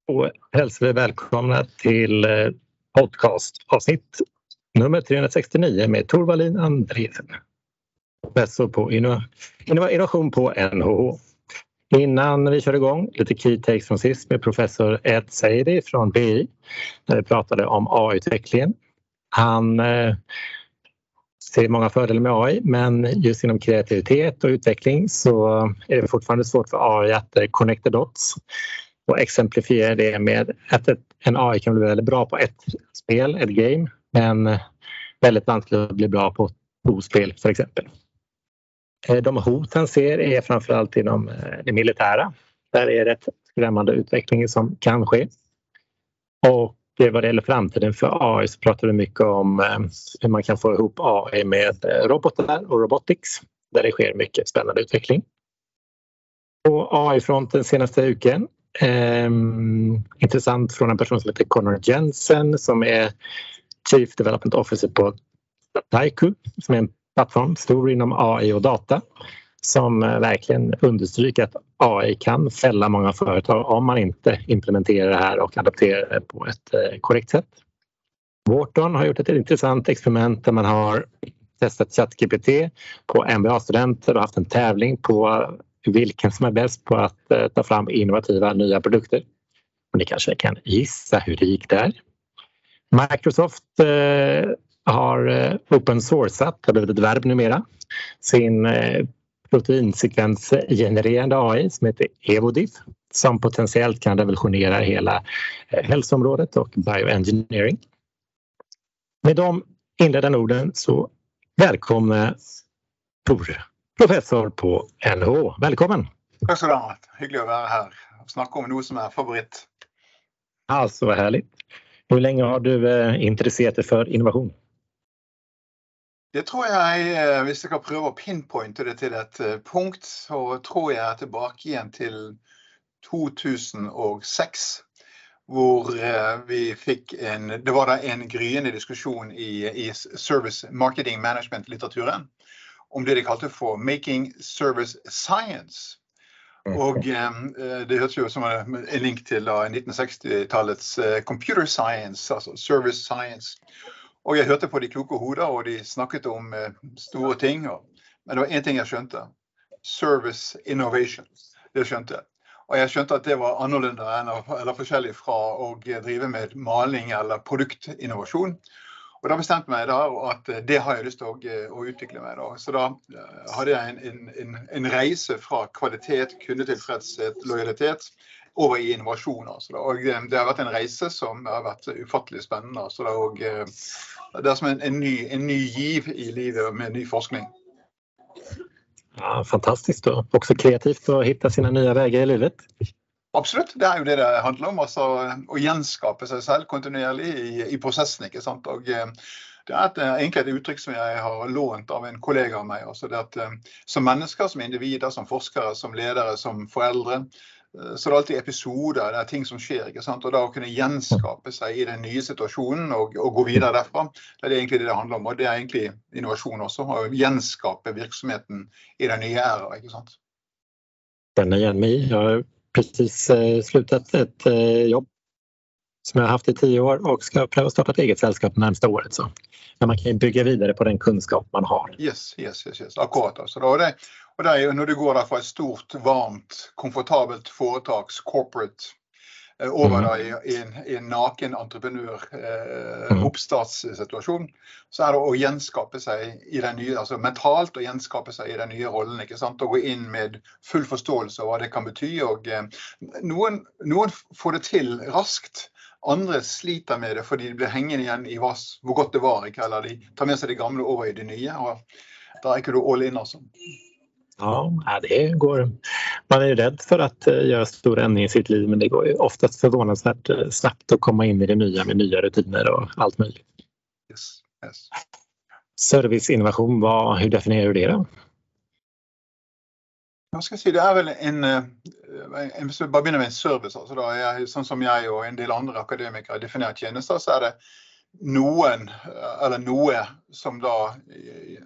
Och hälsar vi välkomna till podcastavsnitt nummer 369 med Tor Wallin Andresen, professor på innovation på NHH. Innan vi kör igång, lite key takes från sist med professor Ed Saidi från BI, där vi pratade om AI-utvecklingen. Han ser många fördelar med AI, men just inom kreativitet och utveckling så är det fortfarande svårt för AI att connect the dots och exemplifiera det med att en AI kan bli väldigt bra på ett spel, ett game, men väldigt vanskligt att bli bra på två spel för exempel. De hot han ser är framförallt inom det militära. Där är det ett skrämmande utveckling som kan ske. Och vad det gäller framtiden för AI så pratar vi mycket om hur man kan få ihop AI med robotar och robotics. Där det sker mycket spännande utveckling. På AI-fronten senaste veckan. Intressant från en person som heter Connor Jensen som är Chief Development Officer på Taiku som är en plattform stor inom AI och data som verkligen understryker att AI kan fälla många företag om man inte implementerar det här och adapterar det på ett korrekt sätt. Wharton har gjort ett intressant experiment där man har testat ChatGPT på MBA-studenter och haft en tävling på vilken som är bäst på att ta fram innovativa nya produkter. Och ni kanske kan gissa hur det gick där. Microsoft har open sourcat, det har blivit ett verb numera, sin proteinsekvensgenererande AI som heter EvoDiff som potentiellt kan revolutionera hela hälsoområdet och bioengineering. Med de inledande orden så välkomna Tor, professor på NHH. Välkommen! Tack så mycket. Hyggligt att vara här och snacka om något som är favorit. Alltså vad härligt. Hur länge har du intresserat dig för innovation? Det tror jag, hvis jeg kan prøve å pinpointe det til et punkt, så tror jeg tilbake igjen til 2006, hvor vi fikk det var da en gryende diskusjon i service marketing management litteraturen, om det de kalte for making service science. Og det hørtes jo som en link til 1960-tallets computer science, altså service science. Og jeg hørte på de kloke hoder, og de snakket om store ting. Men det var en ting jeg skjønte. Service innovation. Det skjønte jeg. Og jeg skjønte at det var annorlunda eller forskjellig fra å drive med maling eller produktinnovasjon. Og da bestemte jeg meg da at det har jeg lyst til å utvikle meg da. Så da hadde jeg en reise fra kvalitet, kundetilfredshet, lojalitet over i innovasjon. Og det har vært en reise som har vært ufattelig spennende. Så det är som en ny giv i livet med ny forskning. Ja, fantastiskt då. Också kreativt att hitta sina nya vägar i livet. Absolutt, det er jo det handler om, altså å gjenskape seg selv kontinuerlig i prosessen, ikke sant? Og det er egentlig et uttrykk som jeg har lånt av en kollega av meg, altså det at som mennesker, som individer, som forskere, som ledere, som foreldre, så det er alltid episoder, det er ting som skjer, ikke sant? Og da å kunne gjenskape seg i den nye situasjonen og gå videre derfra, det er egentlig det handler om, og det er egentlig innovasjon også, å gjenskape virksomheten i den nye æra, ikke sant? Känner igen mig, jag har precis slutat ett jobb som jag har haft i 10 år och ska pröva starta ett eget sällskap närmsta året. Så. Men man kan bygga vidare på den kunskap man har. Yes. Akkurat. Altså, og det er jo når du går der fra et stort, varmt, komfortabelt foretaks corporate over da i en naken entreprenør oppstartssituasjon, så er det å gjenskape seg i den nye, altså mentalt å gjenskape seg i den nye rollen, ikke sant? Og gå inn med full forståelse av hva det kan bety, og noen får det til raskt, andre sliter med det fordi de blir hengende igjen i hvor godt det var, ikke? Eller de tar med seg det gamle over i det nye, og da er ikke du all in altså. Ja, det går. Man är ju rädd för att göra stora ändringar i sitt liv, men det går ju oftast förvånansvärt snabbt att komma in i det nya med nya rutiner och allt möjligt. Yes. Serviceinnovation, hur definierar du det då? Jag ska säga, det är väl bara begynner med en service. Alltså då är sånn som jag och en del andra akademiker definierar tjänster, så är det noen eller noe som då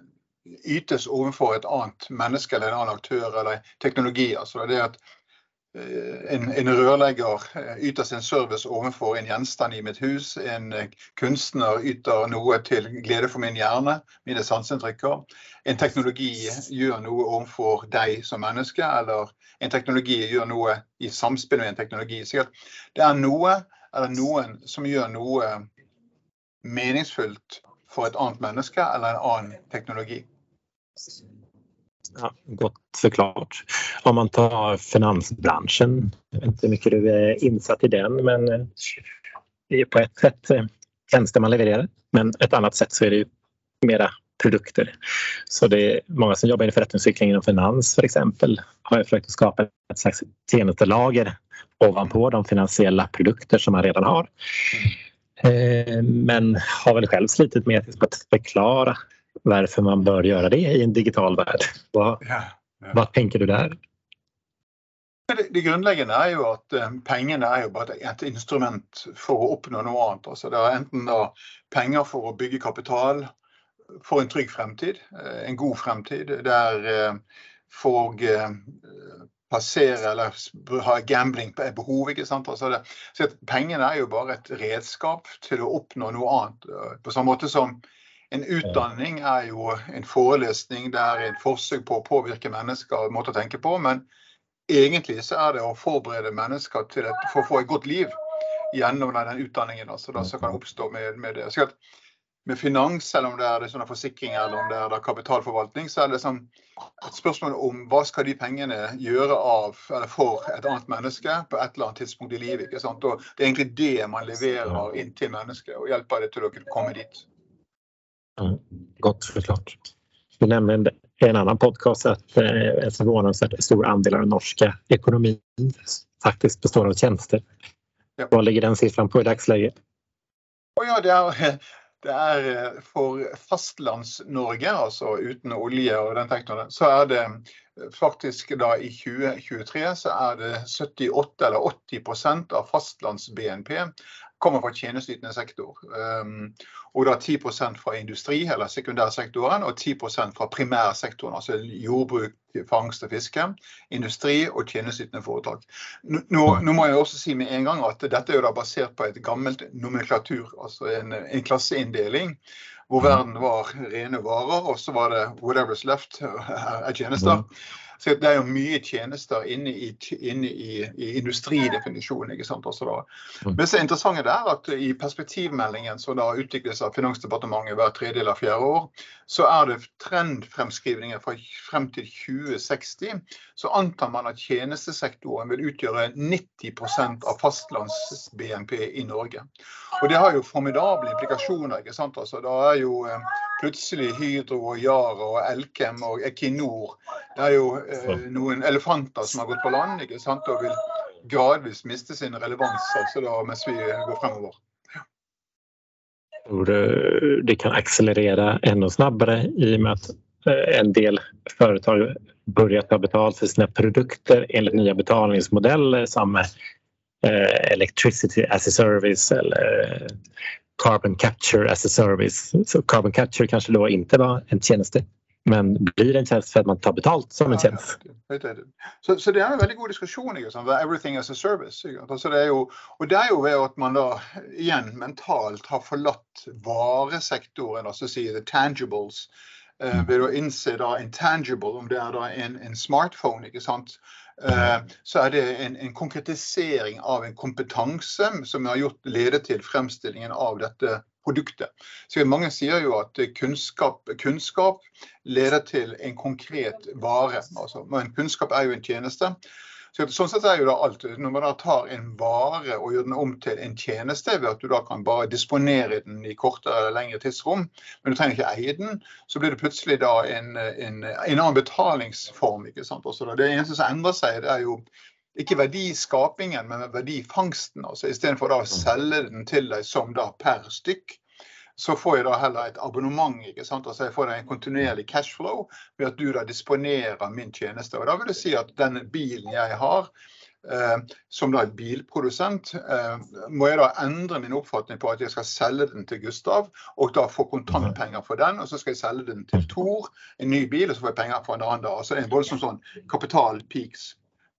ytes overfor et annet menneske eller en annen aktør eller teknologi. Altså det er at en rørlegger yter sin service overfor en gjenstand i mitt hus, en kunstner yter noe til glede for min hjerne, mine sanseinntrykker, en teknologi gjør noe overfor deg som menneske, eller en teknologi gjør noe i samspill med en teknologi. Så det noe, eller noen som gjør noe meningsfullt for et annet menneske, eller en annen teknologi. Ja, gott förklart. Om man tar finansbranschen, jag vet inte hur mycket du är insatt i den, men det är på ett sätt tjänster man levererar, men ett annat sätt så är det ju mera produkter. Så det är många som jobbar i förrättningscykeln inom finans för exempel har ju försökt att skapa ett slags tjänstelager ovanpå de finansiella produkter som man redan har. Men har väl själv slitit med att förklara varför man bör göra det i en digital värld. Vad tänker du där? Det grundläggende jo at pengene jo bare et instrument for å oppnå noe annet. Altså det enten da penger for å bygge kapital for en trygg fremtid, en god fremtid, der folk passere eller ha gambling på behov, ikke sant? Altså så pengene jo bare et redskap til å oppnå noe annet. På samme måte som en utdanning jo en forelesning, det en forsøk på å påvirke mennesker og måte å tenke på, men egentlig så det å forberede mennesker til for å få et godt liv gjennom den utdanningen, altså da så kan oppstå med det. Så med finans, eller om det sånne forsikring, eller om det kapitalforvaltning, så det sånn et spørsmål om hva skal de pengene gjøre av, eller for et annet menneske på et eller annet tidspunkt i livet, ikke sant? Og det egentlig det man leverer inn til mennesket, og hjelper det til å komme dit. Gott förklart. Du nämnde en annan podcast att en förvånansvärt stor andel av den norska ekonomin faktiskt består av tjänster. Ja. Vad ligger den siffran på i dagsläget? Ja, det for fastlands-Norge, altså uten olje og den teknologien, så det faktisk da i 2023 så det 78 eller 80% av fastlands-BNP kommer fra tjenesteytende sektor. Og da 10% fra industri, eller sekundærsektoren, og 10% fra primærsektoren, altså jordbruk, fangst og fiske, industri og tjenesteytende foretak. Nå må jeg også si med en gang at dette jo da basert på et gammelt nomenklatur, altså en klasseinndeling, hvor verden var rene varer, og så var det whatever's left av tjenester. Så det jo mye tjenester inne i industridefinisjonen, ikke sant, også da. Men så interessant det at i perspektivmeldingen som da utvikles av Finansdepartementet hver tredje eller fjerde år, så det trendfremskrivninger fra frem til 2060, så antar man at tjenestesektoren vil utgjøre 90% av fastlands BNP i Norge. Og det har jo formidable implikasjoner, ikke sant, altså da jo plutselig Hydro og Yara og Elkem og Equinor, det jo noen elefanter som har gått på land, ikke sant, og vil gradvis miste sin relevans, altså da, mens vi går fremover. Det kan accelerera ännu snabbare i och med att en del företag börjar ta betalt för sina produkter enligt nya betalningsmodeller som electricity as a service eller carbon capture as a service. Så carbon capture kanske då inte var en tjänst, men blir en tjänst för att man tar betalt som en tjänst. Så det en veldig god diskusjon, ikke sant? Everything as a service. Altså det jo ved at man da igjen mentalt har forlatt varesektoren, altså sier det tangibles, ved å innse da intangible, om det da en smartphone, ikke sant? Så det en konkretisering av en kompetanse som har ledet til fremstillingen av dette produktet. Så mange sier jo at kunnskap leder til en konkret vare, altså, men kunnskap jo en tjeneste. Så sånn sett jo da alt, når man da tar en vare og gjør den om til en tjeneste, ved at du da kan bare disponere den i kortere eller lengre tidsrom, men du trenger ikke eie den, så blir det plutselig da en annen betalingsform, ikke sant? Også da, det eneste som endrer seg, det jo ikke verdiskapingen, men verdifangsten. Altså, i stedet for da å selge den til deg som da per stykk, så får jeg da heller et abonnement, ikke sant? Altså, jeg får da en kontinuerlig cashflow ved at du da disponerer min tjeneste. Og da vil det si at den bilen jeg har, som da bilprodusent, må jeg da endre min oppfatning på at jeg skal selge den til Gustav, og da få kontantpenger for den, og så skal jeg selge den til Tor, en ny bil, og så får jeg penger for en annen da. Altså, det en voldsom sånn kapitalpeaks.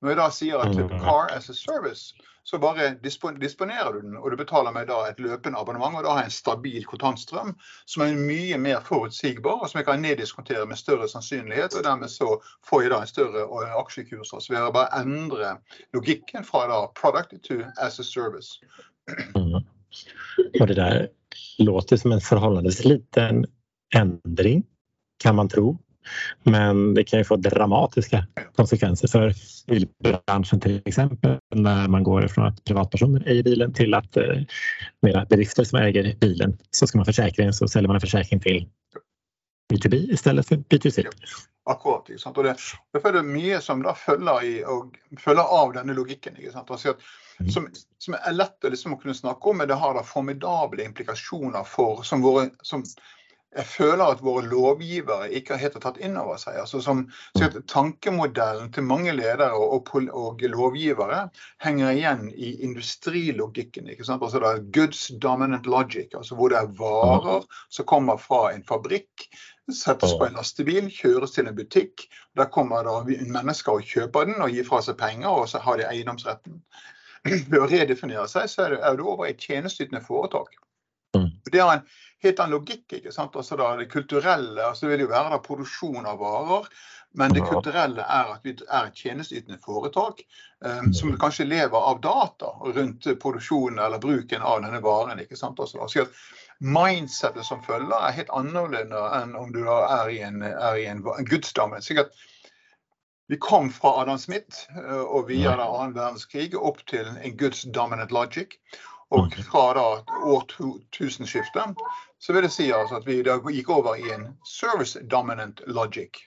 Når jeg da sier at car as a service, så bare disponerer du den, og du betaler meg da et løpende abonnement, og da har jeg en stabil kontantstrøm, som er mye mer forutsigbar, og som jeg kan neddiskontere med større sannsynlighet, og dermed så får jeg da en større aksjekurs. Så vi har bare endre logikken fra da product to as a service. Och det där låter som en förhållandevis liten ändring, kan man tro. Men det kan ju få dramatiska konsekvenser för bilbranschen till exempel, när man går ifrån att privatpersoner äger bilen till att mera bedrifter som äger bilen, så ska man försäkra den, så säljer man en försäkring till B2B istället för B2C. Akkurat, ikke sant? Og det er det mye som da følger av denne logikken, ikke sant? Altså som er lett liksom å kunne snakke om, men det har da formidable implikasjoner for, som jeg føler at våre lovgivere ikke har helt tatt inn over seg. Altså så at tankemodellen til mange ledere og lovgivere henger igjen i industrilogikken, ikke sant? Altså det er goods dominant logic, altså hvor det er varer som kommer fra en fabrikk, settes på en lastebil, kjøres til en butikk, der kommer da mennesker og kjøper den og gir fra seg penger, og så har de eiendomsretten. Ved å redefinere seg, så er det over et tjenesteytende foretak. Det er en helt annen logikk, ikke sant? Altså da det kulturelle, altså det vil jo være da produksjon av varer, men det kulturelle er at vi er et tjenesteytende foretak som kanskje lever av data rundt produksjonen eller bruken av denne varen, ikke sant? Altså at mindsetet som følger er helt annerledes enn om du da er i en gudsdamme. Sikkert vi kom fra Adam Smith og via da annen verdenskrig opp til en goods dominant logic, og fra da år 2000-skiftet, så vil det si altså at vi da gikk over i en service dominant logic.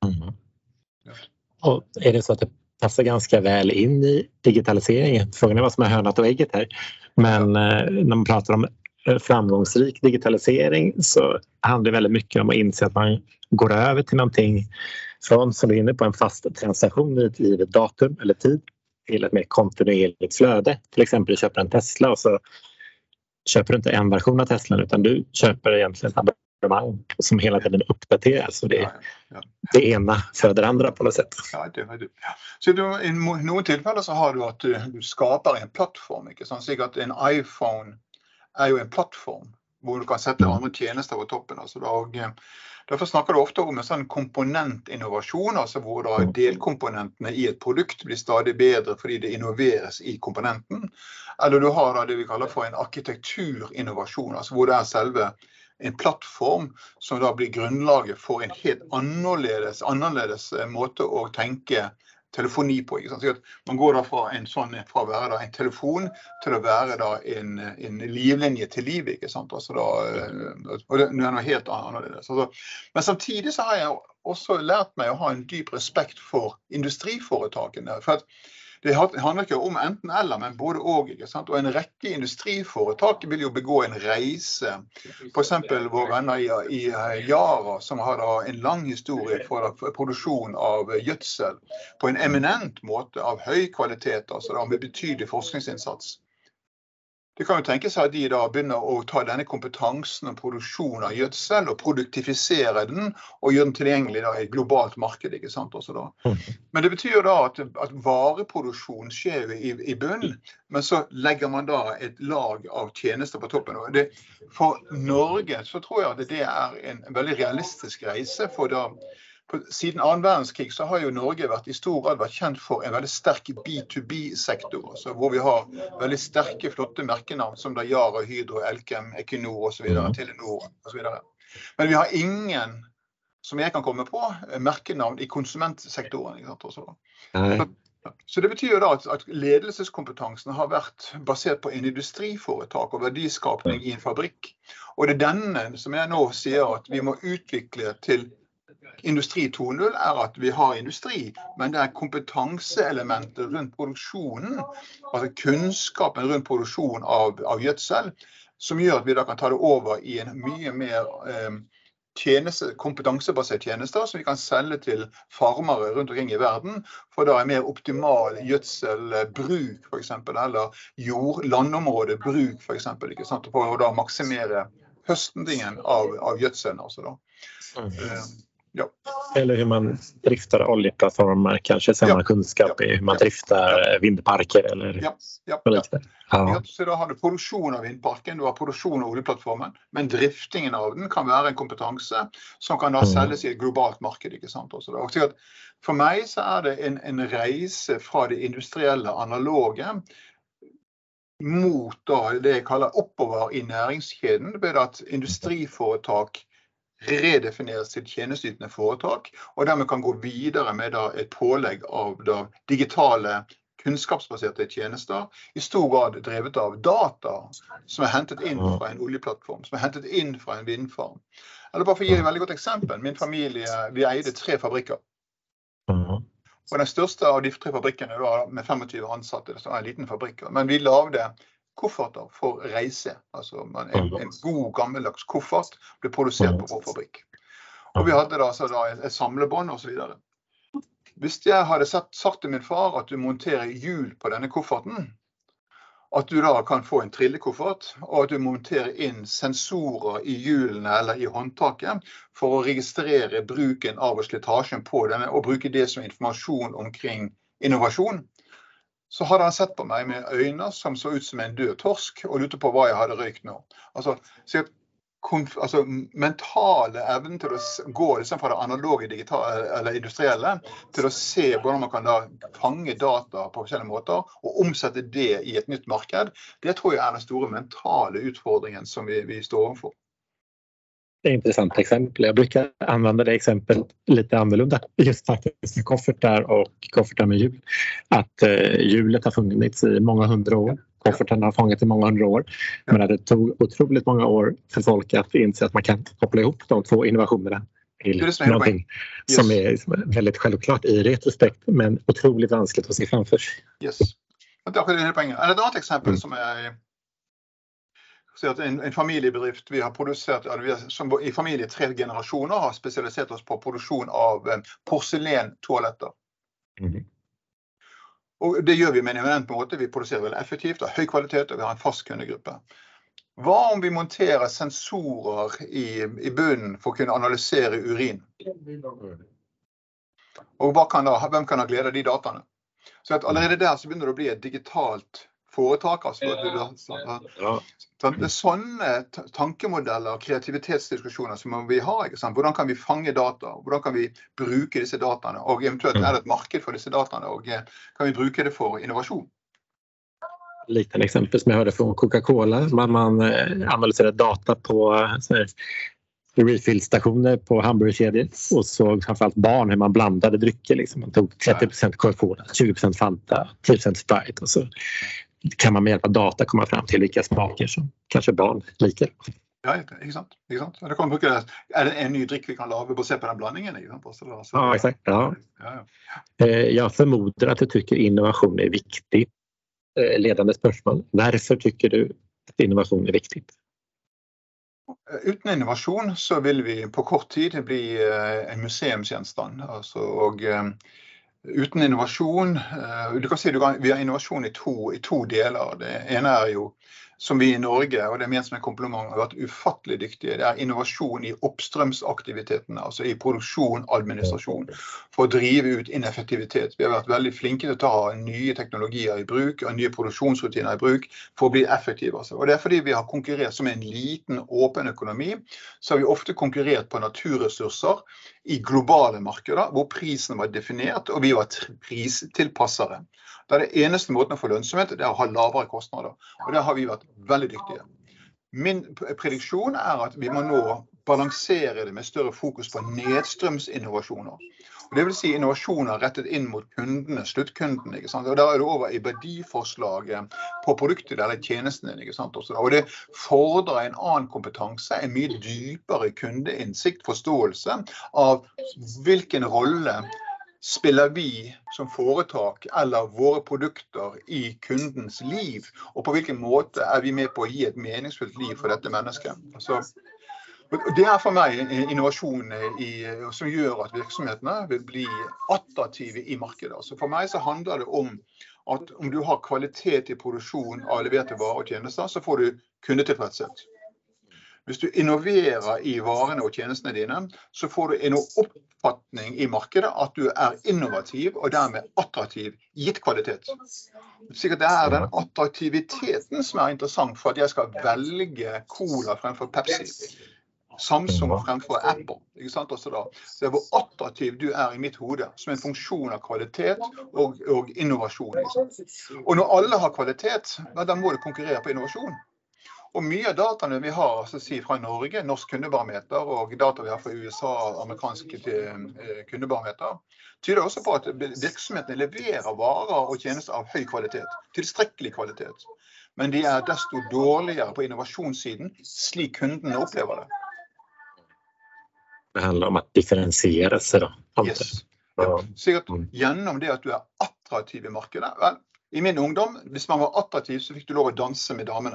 Och är det så att det passar ganska väl in i digitaliseringen? Frågan är vad som är hönat och ägget här. Men när man pratar om framgångsrik digitalisering, så handlar det väldigt mycket om att inse att man går över till någonting från, som du är inne på, en fast transaktion i ett givet datum eller tid, till ett mer kontinuerligt flöde. Till exempel du köper en Tesla och så köper du inte en version av Tesla, utan du köper egentligen ett abonnemang som hela tiden uppdateras. Så det ena föder andra på något sätt. Ja, det var det. Så i någon tillfälle så har du att du skapar en plattform, ikke sant? Så att en iPhone är ju en plattform hvor du kan sätta andra tjänster på toppen. Altså, derfor snakker du ofte om en sånn komponentinnovasjon, altså hvor da delkomponentene i et produkt blir stadig bedre fordi det innoveres i komponenten. Eller du har da det vi kaller for en arkitekturinnovasjon, altså hvor det er selve en plattform som da blir grunnlaget for en helt annerledes måte å tenke telefoni på, ikke sant? Så at man går da fra å være da en telefon til å være da en livlinje til liv, ikke sant? Altså da, og det er noe helt annerledes. Altså, men samtidig så har jeg også lært meg å ha en dyp respekt for industriforetakene, for at det handler ikke om enten eller, men både og, ikke sant? Og en rekke industriforetak vil jo begå en reise. For eksempel våre venner i Yara, som har da en lang historie for produksjon av gjødsel på en eminent måte av høy kvalitet, altså da med betydelig forskningsinnsats. Det kan jo tenke seg at de da begynner å ta denne kompetansen og produksjon av gjødsel og produktifisere den og gjøre den tilgjengelig da i et globalt marked, ikke sant? Også da. Men det betyr da at vareproduksjon skjer i bunn, men så legger man da et lag av tjenester på toppen. Og for Norge så tror jeg at det er en veldig realistisk reise, for da siden annen verdenskrig så har jo Norge i stor grad vært kjent for en veldig sterk B2B-sektor, altså hvor vi har veldig sterke, flotte merkenavn som da Yara, Hydro, Elkem, Equinor og så videre, Telenor og så videre. Men vi har ingen, som jeg kan komme på, merkenavn i konsumentsektoren, ikke sant, også. Så det betyr jo da at ledelseskompetansen har vært basert på en industriforetak og verdiskapning i en fabrikk. Og det er denne som jeg nå sier at vi må utvikle til Industri 2.0 er at vi har industri, men det er kompetanseelementer rundt produksjonen, altså kunnskapen rundt produksjon av gjødsel, som gjør at vi da kan ta det over i en mye mer kompetansebasert tjenester som vi kan selge til farmere rundt omkring i verden, for da mer optimal gjødselbruk for eksempel, eller landområdebruk for eksempel, ikke sant? For å da maksimere høstendingen av gjødselen, altså da. Ja. Eller hur man driftar oljeplattformar, kanske samma kunskap i hur man driftar vindparker eller liknande. Ja. Så då har du produktion av vindparken, du har produktion av oljeplattformen, men driftingen av den kan være en kompetanse som kan da selges i et globalt marked, ikke sant? Og så at for meg så det en reise fra det industrielle analoge mot da det jeg kaller oppover i næringskjeden, ved at industriforetak redefineres til tjenesteytende foretak, og dermed kan gå videre med da et pålegg av da digitale kunnskapsbaserte tjenester, i stor grad drevet av data som hentet inn fra en oljeplattform, som hentet inn fra en vindfarm. Eller bare for å gi et veldig godt eksempel, min familie, vi eide 3 fabrikker. Og den største av de 3 fabrikkene var med 25 ansatte, det var en liten fabrikk, men vi lavde kofferter for reise, altså en god gammeldags koffert ble produsert på vår fabrikk. Og vi hadde da et samlebånd og så videre. Hvis jeg hadde sagt til min far at du monterer hjul på denne kofferten, at du da kan få en trillekoffert, og at du monterer inn sensorer i hjulene eller i håndtaket for å registrere bruken av og slitasjen på denne, og bruke det som informasjon omkring innovasjon, så hadde han sett på meg med øyne som så ut som en død torsk, og lurte på hva jeg hadde røykt nå. Altså mentale evnen til å gå liksom fra det analoge, digitale eller industrielle til å se hvordan man kan da fange data på forskjellige måter og omsette det i et nytt marked, det tror jeg den store mentale utfordringen som vi står overfor. Det är ett intressant exempel. Jag brukar använda det exempel lite annorlunda. Just faktiskt med koffertar och koffertar med hjul. Att hjulet har funnits i många hundra år. Koffertarna har fångat i många hundra år. Men det tog otroligt många år för folk att inse att man kan koppla ihop de 2 innovationerna till någonting som är väldigt självklart i retrospekt, men otroligt vanskligt att se framför sig. Yes. Det är poängen. Ett annat exempel som så att en familjebedrift vi har producerat, som i familie 3 generasjoner har spesialisert oss på produksjon av porselentoaletter. Og det gjør vi med en eminent måte. Vi produserer veldig effektivt, av høy kvalitet, og vi har en fast kundegruppe. Hva om vi monterer sensorer i bunnen for å kunne analysere urin? Og hvem kan ha glede av de dataene? Så at allerede der så begynner det å bli et digitalt foretak. Det sånne tankemodeller og kreativitetsdiskusjoner som vi har, ikke sant? Hvordan kan vi fange data? Hvordan kan vi bruke disse dataene? Og eventuelt det et marked for disse dataene? Og kan vi bruke det for innovasjon? Liknande exempel som jag hörde från Coca-Cola. Man analyserade data på refillstationer på hamburgerkedjor och såg framförallt barn hur man blandade drycker. Liksom. Man tog 30% Coca-Cola, 20% Fanta, 10% Sprite och så kan man med hjälp av data komma fram till vilka smaker som kanske barn liker. Ja, ikke sant. Det kan bruke det. Det en ny drikk vi kan lave basert på den blandingen? Ja, exakt. Ja. Jag förmodar att du tycker innovation är viktigt. Ledande spørsmål. Varför tycker du att innovation är viktigt? Uten innovasjon så vil vi på kort tid bli en museumsgjenstand. Og uten innovasjon, du kan si vi har innovasjon i to deler. Det ene jo som vi i Norge, og det ment som en kompliment, har vært ufattelig dyktige. Det innovasjon i oppstrømsaktivitetene, altså i produksjon, administrasjon, for å drive ut ineffektivitet. Vi har vært veldig flinke til å ta nye teknologier i bruk, og nye produksjonsrutiner i bruk, for å bli effektive. Og det fordi vi har konkurrert som en liten, åpen økonomi, så har vi ofte konkurrert på naturressurser i globale markeder, hvor prisen var definert, og vi var pristilpassere. Det det eneste måten å få lønnsomhet, det å ha lavere kostnader. Og der har vi vært veldig dyktige. Min prediksjon at vi må nå balansere det med større fokus på nedstrømsinnovasjoner. Og det vil si innovasjoner rettet inn mot kundene, sluttkundene, ikke sant? Og der det over i verdiforslaget på produktet eller tjenestene, ikke sant? Og det fordrer en annen kompetanse, en mye dypere kundeinnsikt, forståelse av hvilken rolle spiller vi som foretak eller våre produkter i kundens liv, og på hvilken måte vi med på å gi et meningsfullt liv for dette mennesket. Det for meg innovasjon som gjør at virksomhetene vil bli attraktive i markedet. For meg så handler det om at om du har kvalitet i produksjon av leverte varer og tjenester, så får du kundetilfredshet. Hvis du innoverer i varene og tjenestene dine, så får du en oppfatning i markedet at du er innovativ og dermed attraktiv, gitt kvalitet. Sikkert det er den attraktiviteten som er interessant for at jeg skal velge cola fremfor Pepsi. Samsung fremfor Apple, ikke sant også da? Så det er hvor attraktiv du er i mitt hode, som en funksjon av kvalitet og innovasjon. Og når alle har kvalitet, da må du konkurrere på innovasjon. Og mye av dataene vi har, altså si fra Norge, norsk kundebarometer, og data vi har fra USA, amerikanske kundebarometer, tyder også på at virksomhetene leverer varer og tjenester av høy kvalitet, tilstrekkelig kvalitet. Men de er desto dårligere på innovationssiden, slik kundene opplever det. Det handlar om att differentiera sig då. Yes. Ja. Sikkert gjennom det at du er attraktiv i markedet. Vel, i min ungdom, hvis man var attraktiv, så fikk du lov å danse med damene.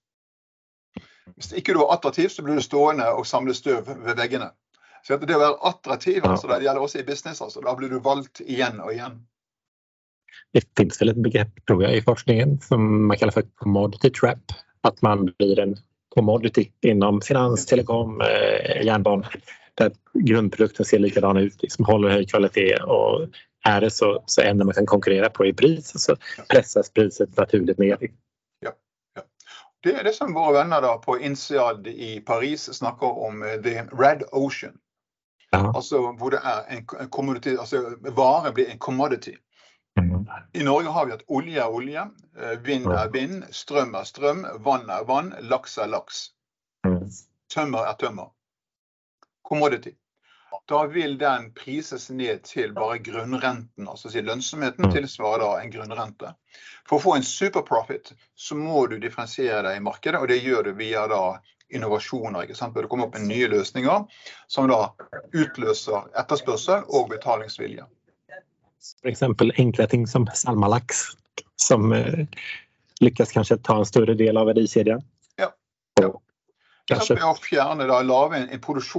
Hvis ikke du var attraktiv, så ble du stående og samle støv ved veggene. Så det å være attraktiv, altså, det gjelder også i business, altså, da blir du valgt igjen og igjen. Det finns väl ett begrepp, tror jag, i forskningen som man kallar för commodity trap. Att man blir en commodity inom finans, telekom, järnbana. Där grundprodukten ser likadan ut, liksom håller hög kvalitet, och är det så enda man kan konkurrera på i pris, så pressas priset naturligt ner. Ja. Det är det som våra vänner då på INSEAD i Paris snackar om, the Red Ocean. Ja. Alltså hvor det är en commodity, alltså vara blir en commodity. I Norge har vi at olje er olje, vind er vind, strøm er strøm, vann er vann, laks er laks. Tømmer er tømmer. Commodity. Da vil den prises ned til bare grunnrenten, altså si lønnsomheten tilsvarer da en grunnrente. For å få en superprofit så må du differensiere deg i markedet, og det gjør du via da innovasjoner, ikke sant? Det kommer opp med nye løsninger som da utløser etterspørsel og betalingsvilje. For exempel enkla ting som salmalax som lyckas kanske ta en större del av värdekedjan. Ja. Kanske å fjerne da, lave en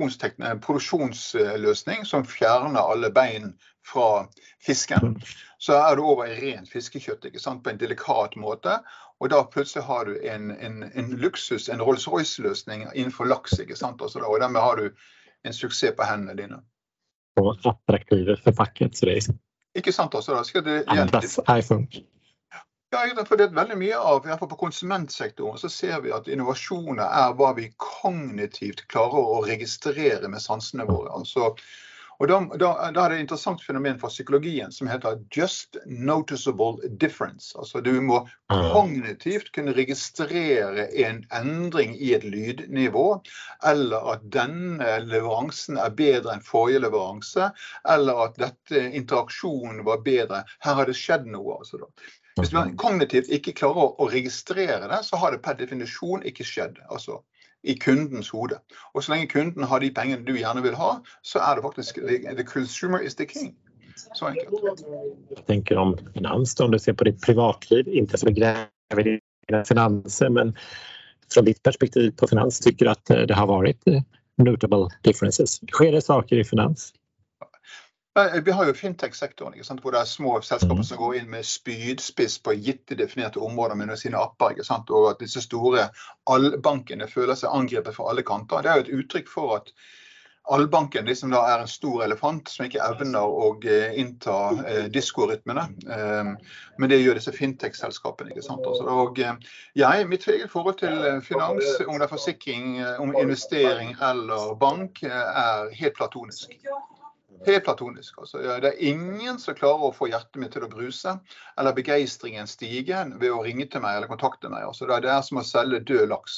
produksjonsløsning som fjerner alle bein fra fisken. Så er du over i rent fiskekjøtt, ikke sant, på en delikat måte. Og da plutselig har du en luksus, en Rolls-Royce-løsning innenfor laks, ikke sant, også da. Og dermed har du en suksess på hendene dine. Og attraktive for pakket, så det er ikke sant også da, skal det andras iPhone. Ja, for det er veldig mye av, i hvert fall på konsumentsektoren, så ser vi at innovasjoner er hva vi kognitivt klarer å registrere med sansene våre. Altså, og da er det et interessant fenomen for psykologien som heter just noticeable difference. Altså du må kognitivt kunne registrere en endring i et lydnivå, eller at denne leveransen er bedre enn forrige leveranse, eller at dette interaksjonen var bedre. Her har det skjedd noe, altså da. Hvis man kognitivt ikke klarer å registrere det, så har det per definisjon ikke skjedd, altså i kundens hode. Og så lenge kunden har de pengene du gjerne vil ha, så er det faktisk the consumer is the king. Så enkelt. Jag tänker om finans, om du ser på ditt privatliv, inte för att gräva i dina finanser, men från ditt perspektiv på finans, tycker att det har varit notable differences. Sker det saker i finans? Vi har jo fintech-sektoren, ikke sant, hvor det er små selskaper som går inn med spydspiss på gitte definerte områder med sine apper, ikke sant, og at disse store allbankene føler seg angrepet fra alle kanter. Det er jo et uttrykk for at allbanken liksom da er en stor elefant som ikke evner å innta diskorytmene, men det gjør disse fintech-selskapene, ikke sant. Og mitt eget forhold til finans, om det er forsikring, om investering eller bank, er helt platonisk. Helt platonisk. Altså, det er ingen som klarer å få hjertet mitt til å bruse, eller begeistringen stige ved å ringe til meg eller kontakte meg. Altså, det er som å selge død laks.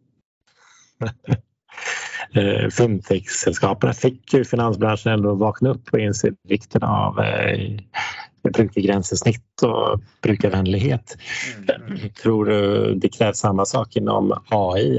Fintech-selskapene fikk ju finansbranschen ändå vakna upp och inse vikten av brukergrensesnitt och brukarvänlighet. Tror du det krävs samma sak inom AI,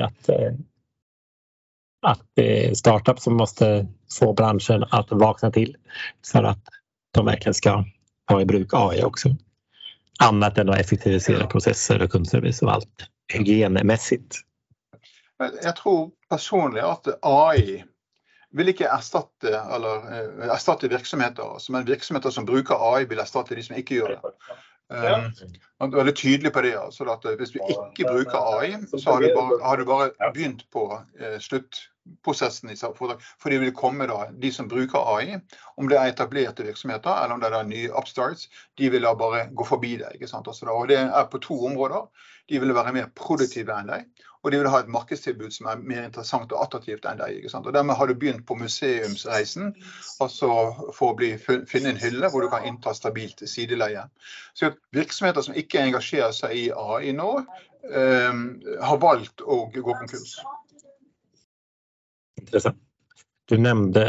att startups som måste få branschen att vakna till för att de verkligen ska ha i bruk AI också? Annat än att effektivisera processer och kundservice och allt hygienmässigt. Jag tror personligen att AI vil ikke erstatte virksomheter, men virksomheter som bruker AI vil erstatte de som ikke gjør det. Man er veldig tydelig på det, altså at hvis du ikke bruker AI, så har du bare begynt på sluttprosessen i foretak. For det vil komme da, de som bruker AI, om det etablerte virksomheter, eller om det nye upstarts, de vil da bare gå forbi det, ikke sant? Altså, og det på 2 områder. De vil være mer produktive enn deg, og de vil ha et markedstilbud som mer interessant og attraktivt enn deg, ikke sant? Og dermed har du begynt på museumsreisen, altså for å finne en hylle hvor du kan innta stabilt sideleie. Så virksomheter som ikke engasjerer seg i AI nå, har valgt å gå konkurs. Intressant. Du nämnde,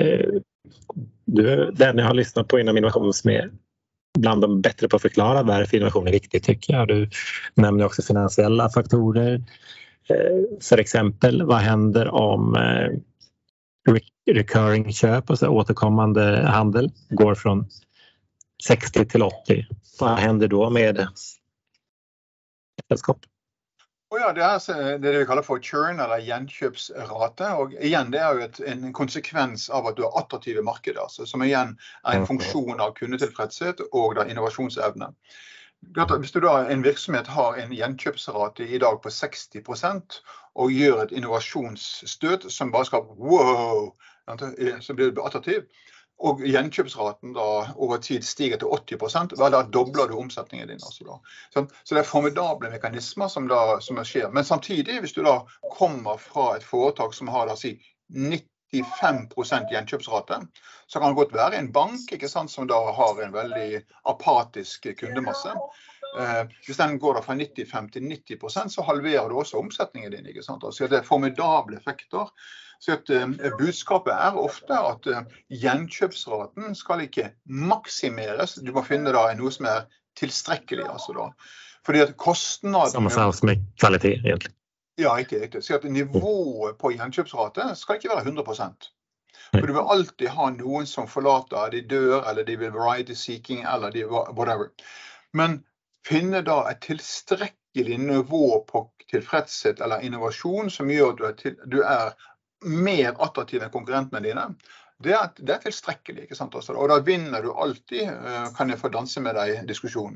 den jag har lyssnat på inom innovation som är bland de bättre på att förklara varför innovation är viktigt, tycker jag. Du nämner också finansiella faktorer. För exempel, vad händer om recurring köp, alltså återkommande handel, går från 60 till 80? Vad händer då med sällskap? Og ja, det vi kaller for churn, eller gjenkjøpsrate, og igjen, det jo en konsekvens av at du har attraktive markeder, altså, som igjen en funksjon av kundetilfredshet og da innovasjonsevne. Hvis du da, en virksomhet har en gjenkjøpsrate i dag på 60% og gjør et innovasjonsstøt som bare skal, wow, så blir det attraktiv, og gjenkjøpsraten da over tid stiger til 80%, vel da dobler du omsetningen din. Altså da. Så det formidable mekanismer som skjer. Men samtidig, hvis du da kommer fra et foretak som har da, si, 95% gjenkjøpsrate, så kan det godt være en bank, ikke sant, som da har en veldig apatisk kundemasse. Hvis den går da fra 95 til 90%, så halverer du også omsetningen din, ikke sant? Altså det formidable effekter. Så budskapet ofte at gjenkjøpsraten skal ikke maksimeres. Du må finne da noe som tilstrekkelig, altså da. Fordi at kostnaden... Samma sak med kvalitet, egentlig. Ja, riktig. Så at nivået på gjenkjøpsrate skal ikke være 100%. For du vil alltid ha noen som forlater, de dør, eller de vil variety seeking, eller de whatever. Men finne da et tilstrekkelig nivå på tilfredshet eller innovasjon som gjør at du mer attraktiv enn konkurrentene dine, det tilstrekkelig, ikke sant? Og da vinner du alltid, kan jeg få danse med deg i diskusjonen.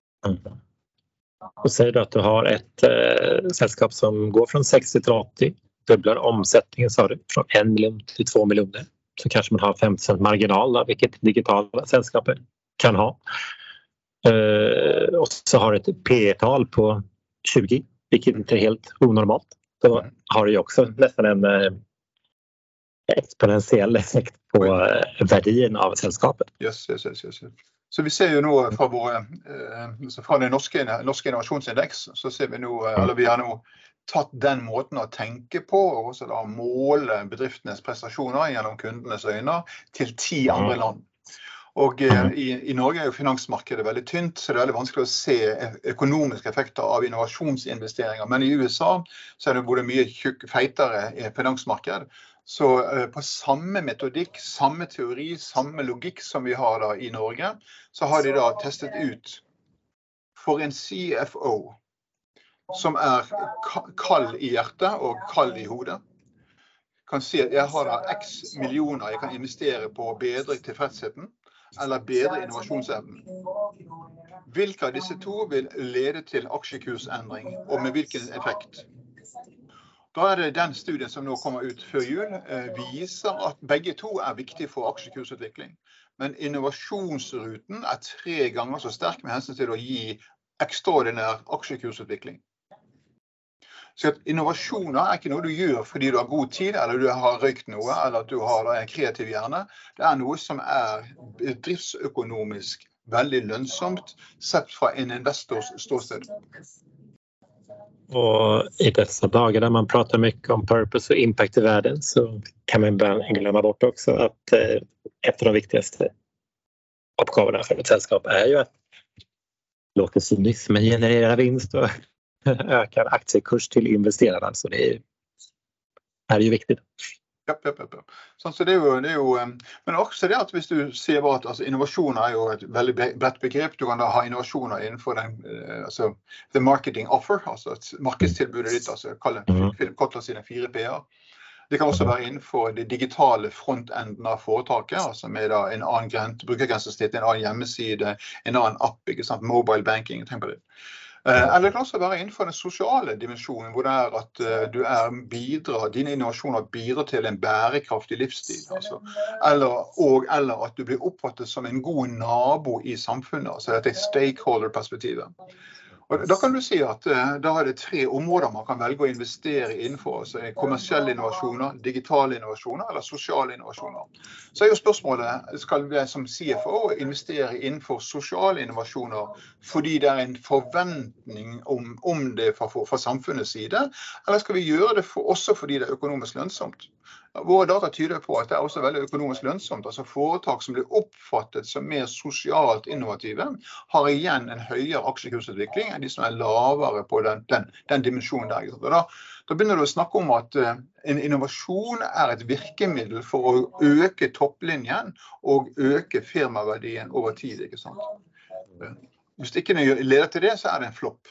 Och säger du att du har ett sällskap som går från 60 till 80, dubblar omsättningen, sa du, från 1 miljon till 2 miljoner, så kanske man har 50% marginal då, vilket digitala sällskapet kan ha. Och så har ett P-tal på 20, vilket inte är helt onormalt. Då har du ju också nästan en exponentiell effekt på värdien av sällskapet. Yes. Så vi ser jo nå fra det norske innovasjonsindex, så ser vi nå, eller vi har nå tatt den måten å tenke på, og også da måle bedriftenes prestasjoner gjennom kundenes øyne til 10 andre land. Og i Norge jo finansmarkedet veldig tynt, så det veldig vanskelig å se økonomiske effekter av innovasjonsinvesteringer. Men i USA så det både mye feitere finansmarked. Så på samme metodikk, samme teori, samme logikk som vi har da i Norge, så har de da testet ut for en CFO som kald i hjertet og kald i hodet. Kan si at jeg har da x millioner jeg kan investere på å bedre tilfredsheten eller bedre innovasjonsevnen. Hvilke av disse to vil lede til aksjekursendring, og med hvilken effekt? Da det den studien som nå kommer ut før jul, viser at begge to viktige for aksjekursutvikling. Men innovasjonsruten 3 ganger så sterk med hensyn til å gi ekstraordinær aksjekursutvikling. Så at innovasjoner ikke noe du gjør fordi du har god tid, eller du har røykt noe, eller at du har en kreativ hjerne. Det noe som driftsøkonomisk veldig lønnsomt, sett fra en investors ståsted. Och i dessa dagar där man pratar mycket om purpose och impact i världen, så kan man ibland glömma bort också att ett av de viktigaste uppgifterna för ett sällskap ju att låta cynismen generera vinst och öka aktiekurs till investerarna. Så det är ju viktigt. Ja. Så det jo, men også det at hvis du ser bare at altså, innovasjon jo et veldig bredt begrep, du kan da ha innovasjoner innenfor den, altså, the marketing offer, altså markedstilbudet ditt, altså kall sine 4 P'er. Det kan også være innenfor det digitale frontenden av foretaket, altså med da en annen brukergrensesnitt, en annen hjemmeside, en annen app, ikke sant? Mobile banking, tenk på det. Eller det kan også være innenfor den sosiale dimensjonen, hvor det at du dine innovasjoner bidrar til en bærekraftig livsstil, altså. Eller at du blir oppfattet som en god nabo i samfunnet, altså dette stakeholder-perspektivet. Og da kan du si at da det 3 områder man kan velge å investere innenfor, altså kommersielle innovasjoner, digitale innovasjoner eller sosiale innovasjoner. Så jo spørsmålet, skal vi som CFO investere innenfor sosiale innovasjoner fordi det en forventning om det fra samfunnets side, eller skal vi gjøre det også fordi det økonomisk lønnsomt? Våre data tyder på at det også veldig økonomisk lønnsomt, altså foretak som blir oppfattet som mer sosialt innovative, har igjen en høyere aksjekursutvikling enn de som lavere på den dimensjonen der. Da begynner du å snakke om at en innovasjon et virkemiddel for å øke topplinjen og øke firmaverdien over tid, ikke sant? Hvis det ikke leder til det, så det en flopp.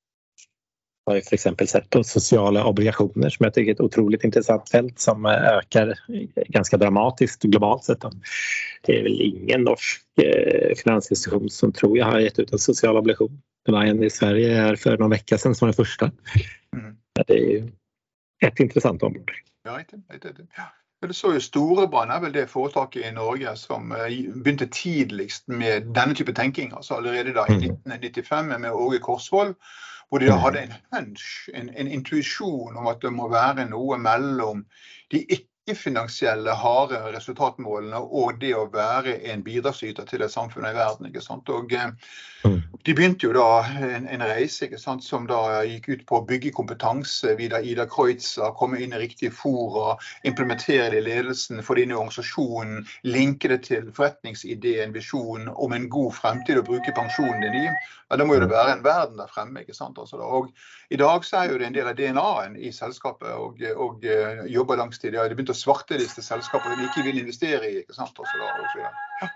Har för exempel sett på sociala obligationer som jag tycker är ett otroligt intressant fält som ökar ganska dramatiskt globalt sett. Det är väl ingen norsk finansinstitution som tror jag har gett ut en social obligation. Det var en i Sverige för någon vecka sedan som var den första. Det är ju ett intressant område. Ja, det så jo Storebrand vel det foretaket i Norge som begynte tidligst med denne type tenking, altså allerede da i 1995 med Åge Korsvold, hvor de da hadde en hunch, en intuisjon om at det må være noe mellom de ikke-finansielle harde resultatmålene og det å være en bidragsyter til et samfunn i verden, ikke sant? Og de begynte jo da en reise, ikke sant, som da gikk ut på å bygge kompetanse via Ida Kreutzer, komme inn i riktige fora, implementere det i ledelsen for denne organisasjonen, linke det til forretningsideen, visjonen om en god fremtid og bruke pensjonen din i. Ja, da må jo det være en verden der fremme, ikke sant? Altså, og i dag så jo det en del av DNA-en i selskapet og jobber langs tid. Ja, de begynte å svarteliste selskaper de ikke vil investere i, ikke sant? Altså, da, og så,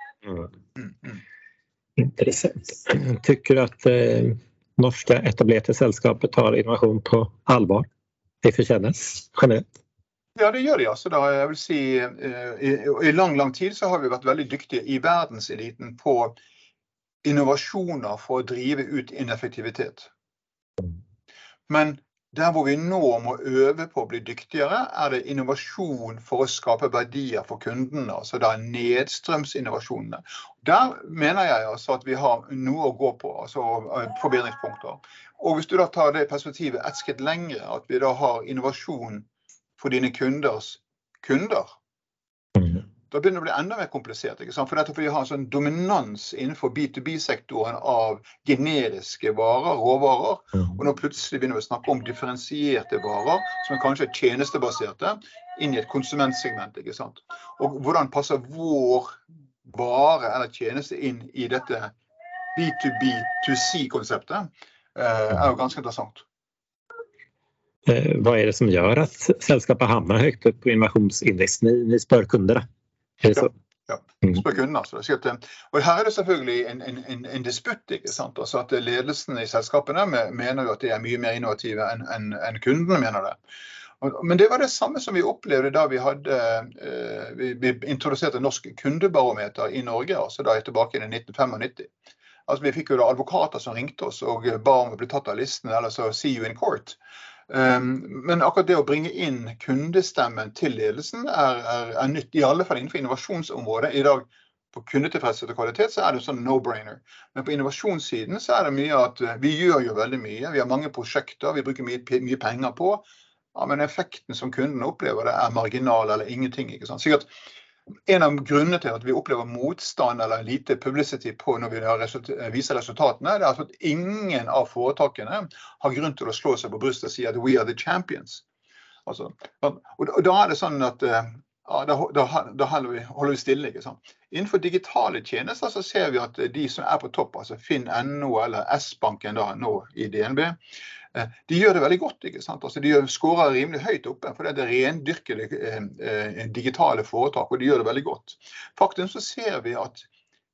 ja. Intressant. Tycker du att norska etablerade sällskapet tar innovation på allvar? Det förtjänas generellt? Ja, det gjør de. Altså, da, jeg vil si, i lang tid så har vi vært veldig dyktige i verdenseliten på innovasjoner for å drive ut ineffektivitet. Men der hvor vi nå må øve på å bli dyktigere, det innovasjon for å skape verdier for kundene, altså da nedstrømsinnovasjonene. Der mener jeg altså at vi har noe å gå på, altså forbedringspunkter. Og hvis du da tar det perspektivet et skritt lengre, at vi da har innovasjon for dine kunders kunder, da begynner det å bli enda mer komplisert, ikke sant? For dette fordi vi har en sånn dominans innenfor B2B-sektoren av generiske varer, råvarer, og nå plutselig begynner vi å snakke om differensierte varer, som kanskje tjenestebaserte, inn i et konsumentsegment, ikke sant? Og hvordan passer vår vare eller tjeneste inn i dette B2B2C-konseptet, jo ganske interessant. Vad det som gör att sällskapet hamnar högt upp på innovationsindex? Ni spör kunderna. Ja, spør kundene. Altså. Og her det selvfølgelig en disputt, ikke sant? Altså at ledelsen i selskapene mener jo at de mye mer innovative enn kundene mener det. Men det var det samme som vi opplevde da vi introduserte norsk kundebarometer i Norge, altså da tilbake i 1995. Altså vi fikk jo da advokater som ringte oss og ba om å bli tatt av listen, eller så see you in court. Men akkurat det å bringe inn kundestemmen til ledelsen nytt, i alle fall innenfor innovasjonsområdet. I dag på kundetilfredshet og kvalitet så det sånn no-brainer. Men på innovasjonssiden så det mye at vi gjør jo veldig mye. Vi har mange prosjekter, vi bruker mye penger på. Ja, men effekten som kunden opplever det marginal eller ingenting, ikke sant? Sikkert en av grunnene til at vi opplever motstand eller lite publicity på når vi viser resultatene, det altså at ingen av foretakene har grunn til å slå seg på brystet og si at we are the champions. Altså, og da det sånn at da holder vi stille, ikke sant? Innenfor digitale tjenester så ser vi at de som på topp, altså Finn.no eller S-banken da nå i DNB, de gjør det veldig godt, ikke sant? Altså, de skårer rimelig høyt oppe, for det rendyrker digitale foretak, og de gjør det veldig godt. Faktisk så ser vi at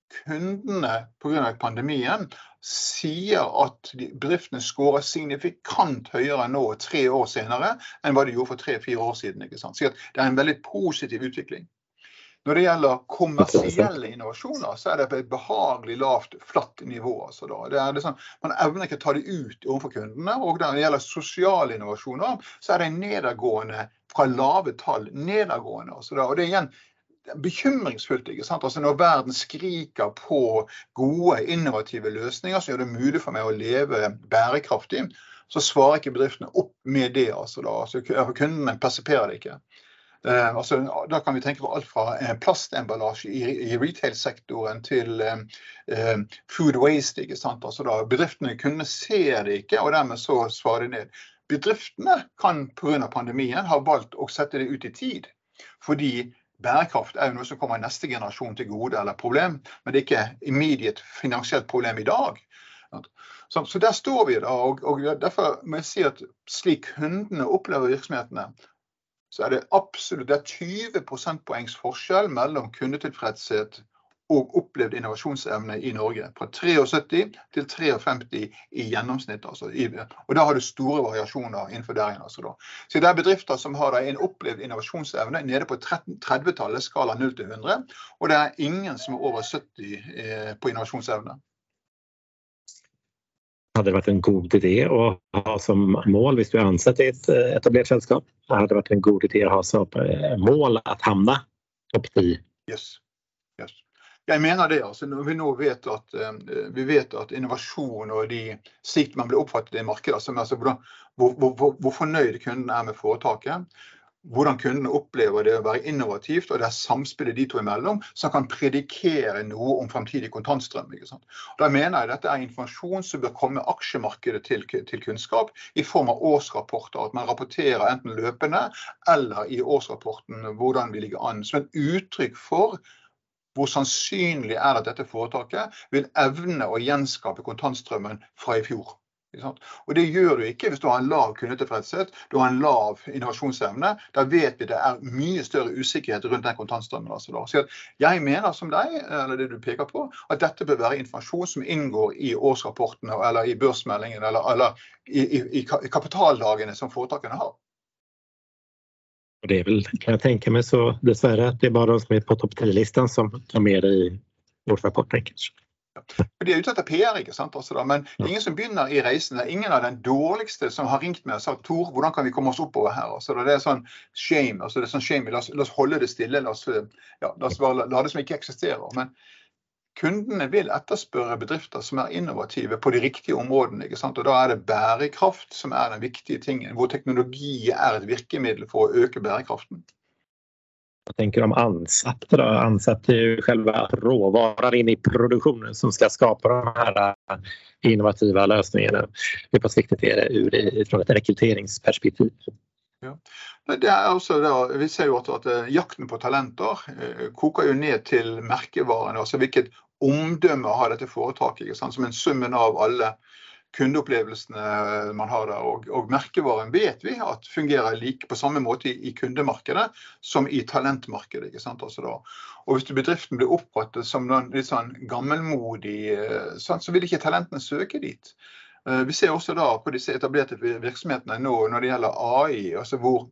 kundene på grunn av pandemien sier at bedriftene skårer signifikant høyere nå 3 år senere enn hva de gjorde for 3-4 år siden. Ikke sant? Så det er en veldig positiv utvikling. Når det gjelder kommersielle innovasjoner, så er det på et behagelig lavt, flatt nivå. Altså da. Det er sånn, man evner ikke å ta det ut overfor kundene, og når det gjelder sosiale innovasjoner, så er det nedadgående, fra lave tall, nedadgående. Altså da. Og det er igjen bekymringsfullt, ikke sant? Altså når verden skriker på gode, innovative løsninger, så gjør det mulig for meg å leve bærekraftig, så svarer ikke bedriftene opp med det. Altså da. Altså, kundene persiperer det ikke. Altså, da kan vi tenke på alt fra plastemballasje i retail-sektoren til food waste, ikke sant? Altså da, bedriftene kunne se det ikke, og dermed så svarer de ned. Bedriftene kan på grunn av pandemien ha valgt å sette det ut i tid, fordi bærekraft er jo noe som kommer neste generasjon til gode eller problem, men det er ikke immediate finansielt problem i dag. Så der står vi da, og derfor må jeg si at slik kundene opplever virksomhetene, så er det absolutt, det er 20 prosentpoengs forskjell mellom kundetilfredshet og opplevd innovasjonsevne i Norge, fra 73 til 53 i gjennomsnitt. Altså, og da har du store variasjoner innenfor der igjen. Altså, da. Så det er bedrifter som har en opplevd innovasjonsevne nede på 30-tallet, skala 0 til 100, og det er ingen som er over 70 på innovasjonsevne. Hade det varit en god idé att ha som mål, hvis du är ansatt i ett etablerat sällskap, hade det varit en god idé att ha som mål att hamna topp 10? Yes. Jeg mener det, altså, når vi nå vet at innovasjon og slik man blir oppfattet i markedet, altså hvor fornøyd kunden er med foretaket, hvordan kunden opplever det å være innovativt, og det er samspillet de to imellom, som kan predikere noe om fremtidig kontantstrøm. Ikke sant? Og da mener jeg at dette er informasjon som bør komme aksjemarkedet til kunnskap i form av årsrapporter, at man rapporterer enten løpende eller i årsrapporten hvordan vi ligger an, som et uttrykk for hvor sannsynlig er at dette foretaket vil evne å gjenskape kontantstrømmen fra i fjor. Og det gjør du ikke hvis du har en lav kundetilfredshet, du har en lav innovasjonsevne, da vet vi det er mye større usikkerhet rundt den kontantstrømmen. Altså. Så jeg mener som deg, eller det du peker på, at dette bør være informasjon som inngår i årsrapportene, eller i børsmeldingen, eller i kapitaldagene som foretakene har. Och det är väl, kan jag tänka mig så dessvärre, att det är bara de som är på topp 10-listan som tar med det i årsrapporten kanske. De er ute etter PR, ikke sant? Altså da, men ingen som begynner i reisen, det er ingen av den dårligste som har ringt med og sagt, Tor, hvordan kan vi komme oss oppover her? Altså da, det er sånn shame, altså det er sånn shame, la oss holde det stille, la oss la det som ikke eksisterer, men kundene vil etterspørre bedrifter som er innovative på de riktige områdene, ikke sant? Og da er det bærekraft som er den viktige tingen, hvor teknologi er et virkemiddel for å øke bærekraften. Jag tänker om ansatte då. Ansatte är ju själva råvaran in i produktionen som ska skapa de här innovativa lösningarna. Hur pass viktigt är det från ett rekryteringsperspektiv? Ja. Det er også da, vi ser jo at jakten på talenter koker jo ned til merkevaren, altså hvilket omdømme har dette foretaket, ikke sant? Som en summen av alle kundeopplevelsene man har der, og merkevaren vet vi at fungerer like på samme måte i kundemarkedet som i talentmarkedet, ikke sant? Altså da. Og hvis bedriften blir oppfattet som noen litt sånn gammelmodig, så vil ikke talentene søke dit. Vi ser også da på disse etablerte virksomhetene nå når det gjelder AI, altså hvor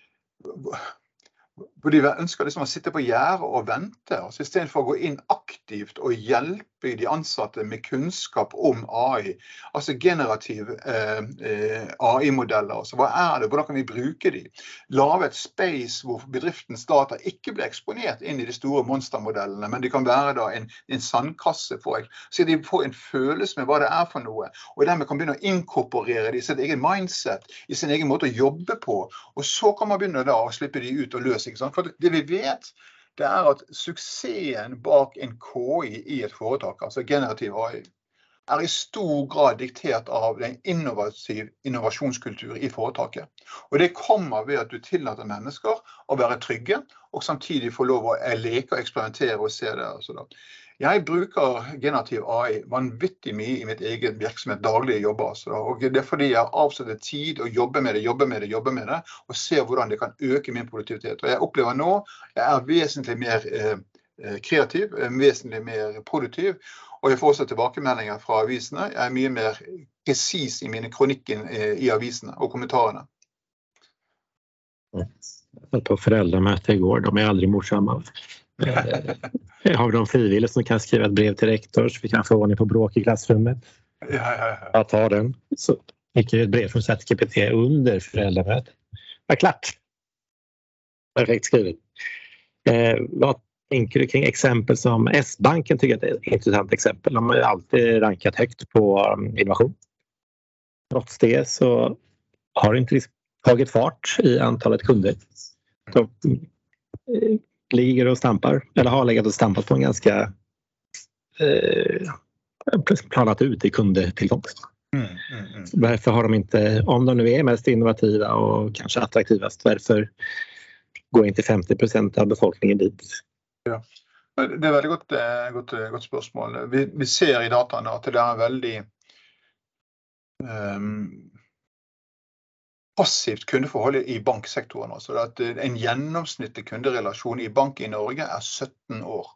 de ønsker liksom å sitte på gjerdet og vente, altså i stedet for å gå inn aktivt og hjelpe de ansatte med kunnskap om AI, altså generativ AI-modeller, altså hva er det, hvordan kan vi bruke de? Lave et space hvor bedriftens data ikke blir eksponert inn i de store monstermodellene, men det kan være da en sandkasse for, så de får en følelse med hva det er for noe, og dermed kan begynne å inkorporere det i sitt egen mindset, i sin egen måte å jobbe på, og så kan man begynne da å slippe de ut og løse. For det vi vet, det er at suksessen bak en KI i et foretak, altså generativ AI, er i stor grad diktert av en innovativ innovasjonskultur i foretaket. Og det kommer ved at du tillater mennesker å være trygge, og samtidig få lov å leke og eksperimentere og se det. Altså da. Jeg bruker generativ AI vanvittig mye i mitt egen virksomhet, daglige jobber. Altså, og det er fordi jeg avsetter tid og jobber med det, og ser hvordan det kan øke min produktivitet. Og jeg opplever nå, jeg er vesentlig mer kreativ, vesentlig mer produktiv, og jeg får også tilbakemeldinger fra avisene. Jeg er mye mer precis i mine kronikker i avisene og kommentarene. På föräldramöte igår, de är aldrig morsamma. Har de frivilligt som kan skriva ett brev till rektor så vi kan få ordning på bråk i klassrummet? Ja. Jag tar den. Så fick jag ett brev från ChatGPT under föräldramötet. Var klart. Perfekt skrivet. Vad tänker du kring exempel som S-banken tycker att det är ett intressant exempel. De har ju alltid rankat högt på innovation. Trots det så har det inte tagit fart i antalet kunder. De ligger och stampar, eller har legat och stampat på en ganska planat ut i kundtillkomst. Varför har de inte, om de nu är mest innovativa och kanske attraktivast, varför går inte 50% av befolkningen dit? Ja. Det är väldigt gott spørsmål. Vi ser i dataene at det er veldig passivt kundeforhold i banksektoren. Altså at en gjennomsnittlig kunderelasjon i bank i Norge er 17 år.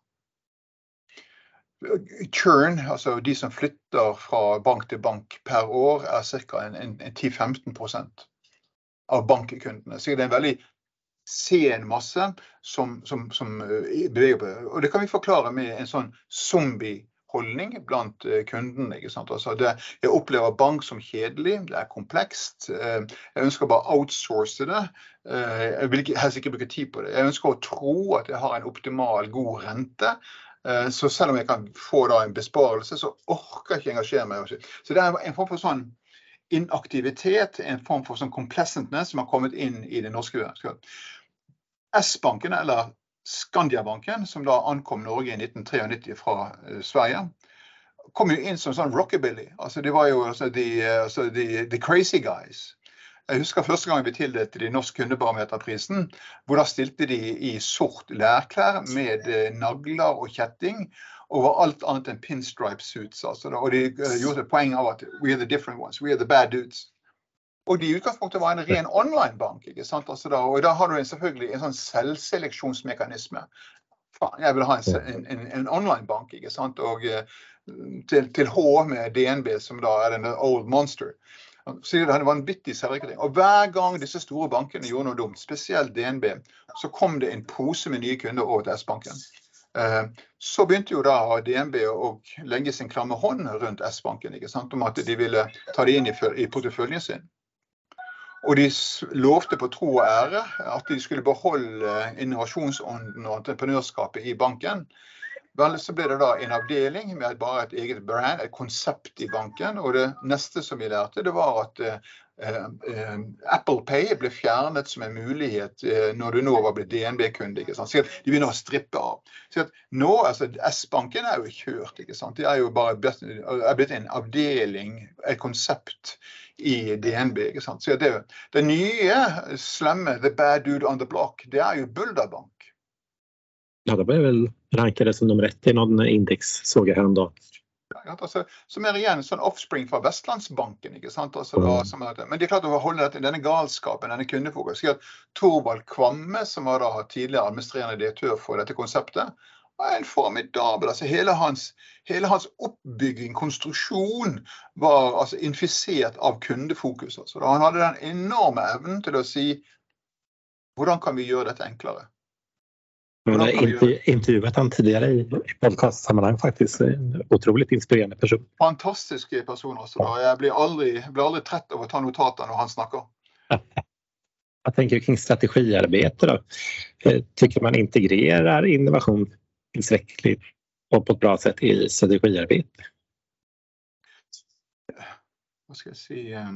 Churn, altså de som flytter fra bank til bank per år, er cirka en 10-15% av bankkundene. Så det er en veldig sen masse som beveger på. Og det kan vi forklare med en sånn zombie-holdning blant kundene, ikke sant? Altså jeg opplever bank som kjedelig, det er komplekst, jeg ønsker bare outsource det, jeg vil helst ikke bruke tid på det. Jeg ønsker å tro at jeg har en optimal god rente, så selv om jeg kan få da en besparelse, så orker jeg ikke engasjere meg. Så det er en form for sånn inaktivitet, en form for sånn complacentness som har kommet inn i det norske. S-banken, eller Skandiabanken, som da ankom Norge i 1993 fra Sverige, kom jo inn som sånn rockabilly. Altså det var jo the crazy guys. Jeg husker første gang vi tildelte de Norsk kundebarometerprisen, hvor da stilte de i sort lærklær med nagler og kjetting, og var alt annet enn pinstripe suits. Altså, og de gjorde et poeng av at we are the different ones, we are the bad dudes. Og de i utgangspunktet var en ren online-bank, ikke sant? Altså, og da har du selvfølgelig en sånn selvseleksjonsmekanisme. Jeg vil ha en online-bank, ikke sant? Og til H med DNB, som da er en old monster. Så det var en bittig selvrekruttering. Og hver gang disse store bankene gjorde noe dumt, spesielt DNB, så kom det en pose med nye kunder over til S-banken. Så begynte jo da DNB å legge sin klamme hånd rundt S-banken, ikke sant? Om at de ville ta det inn i porteføljen sin. Og de lovte på tro og ære at de skulle beholde innovasjonsånden og entreprenørskapet i banken. Vel, så ble det da en avdeling med bare et eget brand, et konsept i banken, og det neste som vi lærte, det var at Apple Pay ble fjernet som en mulighet når du nå var blitt DNB-kunde, ikke sant? Så de begynner å strippe av. Så at nå, altså S-banken er jo kjørt, ikke sant? Det er jo bare blitt en avdeling, et konsept i DNB, ikke sant? Så det nye slemme, the bad dude on the block, det er jo Bulderbank. Ja, det blev väl rankade som nummer 1 i någon index, såg jag häromdagen. Ja, altså, som er igjen sånn offspring fra Vestlandsbanken, ikke sant? Altså, men det er klart å holde denne galskapen, denne kundefokus. Torvald Kvamme, som var da tidligere administrerende direktør for dette konseptet, var en formidabel. Altså, hele hans oppbygging, konstruksjon, var altså, infisert av kundefokus. Altså. Han hadde den enorme evnen til å si, hvordan kan vi gjøre dette enklere? Jag har intervjuat han tidigare i podcastsammanhang faktiskt. En otroligt inspirerande person. Fantastisk person också. Jag blir aldrig trött av att ta notater när han snackar. Jag tänker kring strategiarbete då. Tycker man integrerar innovation tillräckligt och på ett bra sätt i strategiarbete? Vad ska jag säga?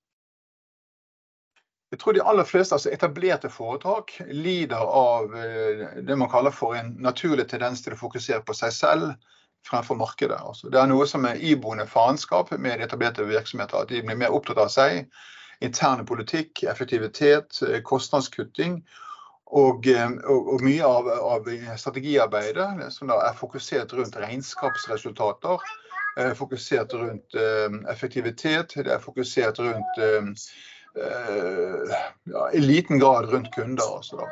Jeg tror de aller fleste altså etablerte foretak lider av det man kaller for en naturlig tendens til å fokusere på seg selv fremfor markedet. Altså, det er noe som er iboende faenskap med etablerte virksomheter, at de blir mer opptatt av seg, interne politikk, effektivitet, kostnadskutting, og mye av strategiarbeidet som da er fokusert rundt regnskapsresultater, fokusert rundt effektivitet, det er fokusert rundt i liten grad rundt kunder. Altså da.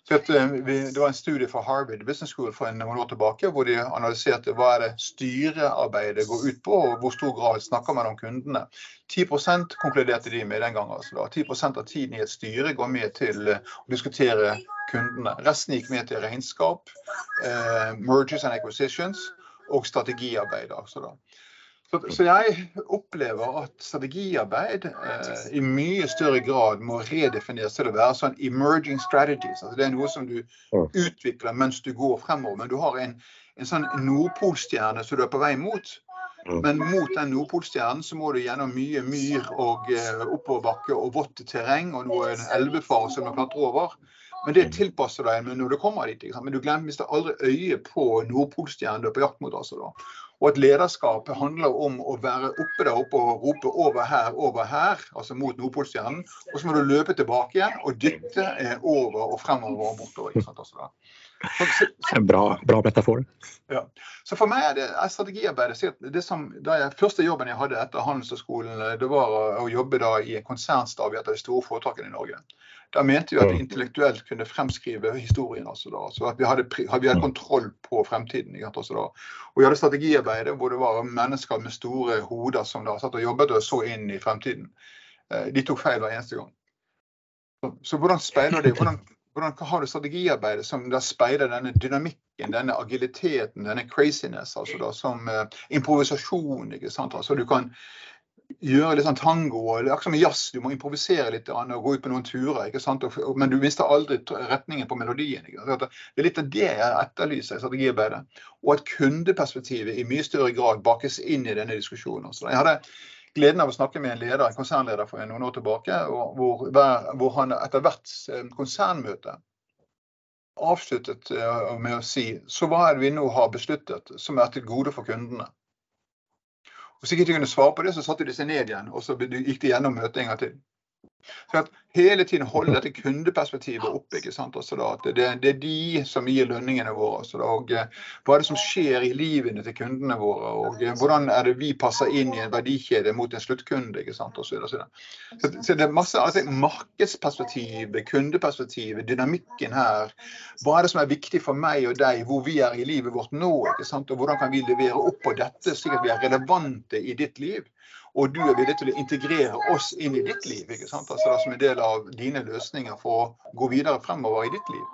Så att, det var en studie fra Harvard Business School for noen år tilbake, hvor de analyserte hva det styrearbeidet går ut på, og hvor stor grad snakker man om kundene. 10% konkluderte de med den gangen. Altså da. 10% av tiden i et styre går med til å diskutere kundene. Resten gikk med til regnskap, mergers and acquisitions og strategiarbeid. Altså da. Så jeg opplever at strategiarbeid i mye større grad må redefineres til å være sånn emerging strategies. Altså det er noe som du utvikler mens du går fremover, men du har en sånn nordpolstjerne som du er på vei mot. Men mot den nordpolstjernen så må du gjennom mye myr og oppoverbakke og vått terreng og noen elvefar som du klatrer over. Men det tilpasser deg når du kommer dit. Men du mister aldri øye på nordpolstjernen du er på jakt mot. Altså da. Og at lederskapet handler om å være oppe der oppe og rope over her, altså mot nordpolstjernen. Og så må du løpe tilbake igjen og dytte over og fremover og bortover. Ikke sant? Altså da. En bra metafor. Ja. Så for meg er det strategiarbeidet. Første jobben jeg hadde etter Handelshøyskolen, det var å jobbe da i en konsernstab i et av de store foretakene i Norge. Da mente vi at vi intellektuelt kunne fremskrive historien. Altså da. Så at vi hadde kontroll på fremtiden. Altså da. Og vi hadde strategiarbeidet hvor det var mennesker med store hoder som da satt og jobbet og så inn i fremtiden. De tok feil hver eneste gang. Så hvordan speiler det? Hvordan har du strategiarbeidet som da speiler denne dynamikken, denne agiliteten, denne craziness, altså da, som improvisasjon, ikke sant? Altså du kan gjøre litt sånn tango, eller akkurat som jazz, du må improvisere litt og gå ut på noen turer, ikke sant? Men du mister aldri retningen på melodien, ikke sant? Det er litt av det jeg etterlyser i strategiarbeidet, og at kundeperspektivet i mye større grad bakes inn i denne diskusjonen. Så jeg hadde gleden av å snakke med en konsernleder for noen år tilbake, hvor han etter hvert konsernmøte avsluttet med å si, så hva er det vi nå har besluttet som er til gode for kundene? Og så ikke de kunne svare på det, så satte de seg ned igjen, og så gikk de gjennom møtet en gang til. Så at hele tiden holde dette kundeperspektivet opp, ikke sant? Altså da, at det er de som gir lønningene våre, altså da, og hva er det som skjer i livene til kundene våre, og hvordan er det vi passer inn i en verdikjede mot en sluttkunde, ikke sant? Og så videre. Så det er masse markedsperspektiv, kundeperspektiv, dynamikken her, hva er det som er viktig for meg og deg, hvor vi er i livet vårt nå, ikke sant? Og hvordan kan vi levere opp på dette, slik at vi er relevante i ditt liv? Og du er villig til å integrere oss inn i ditt liv, ikke sant? Altså det som en del av dine løsninger for å gå videre fremover i ditt liv.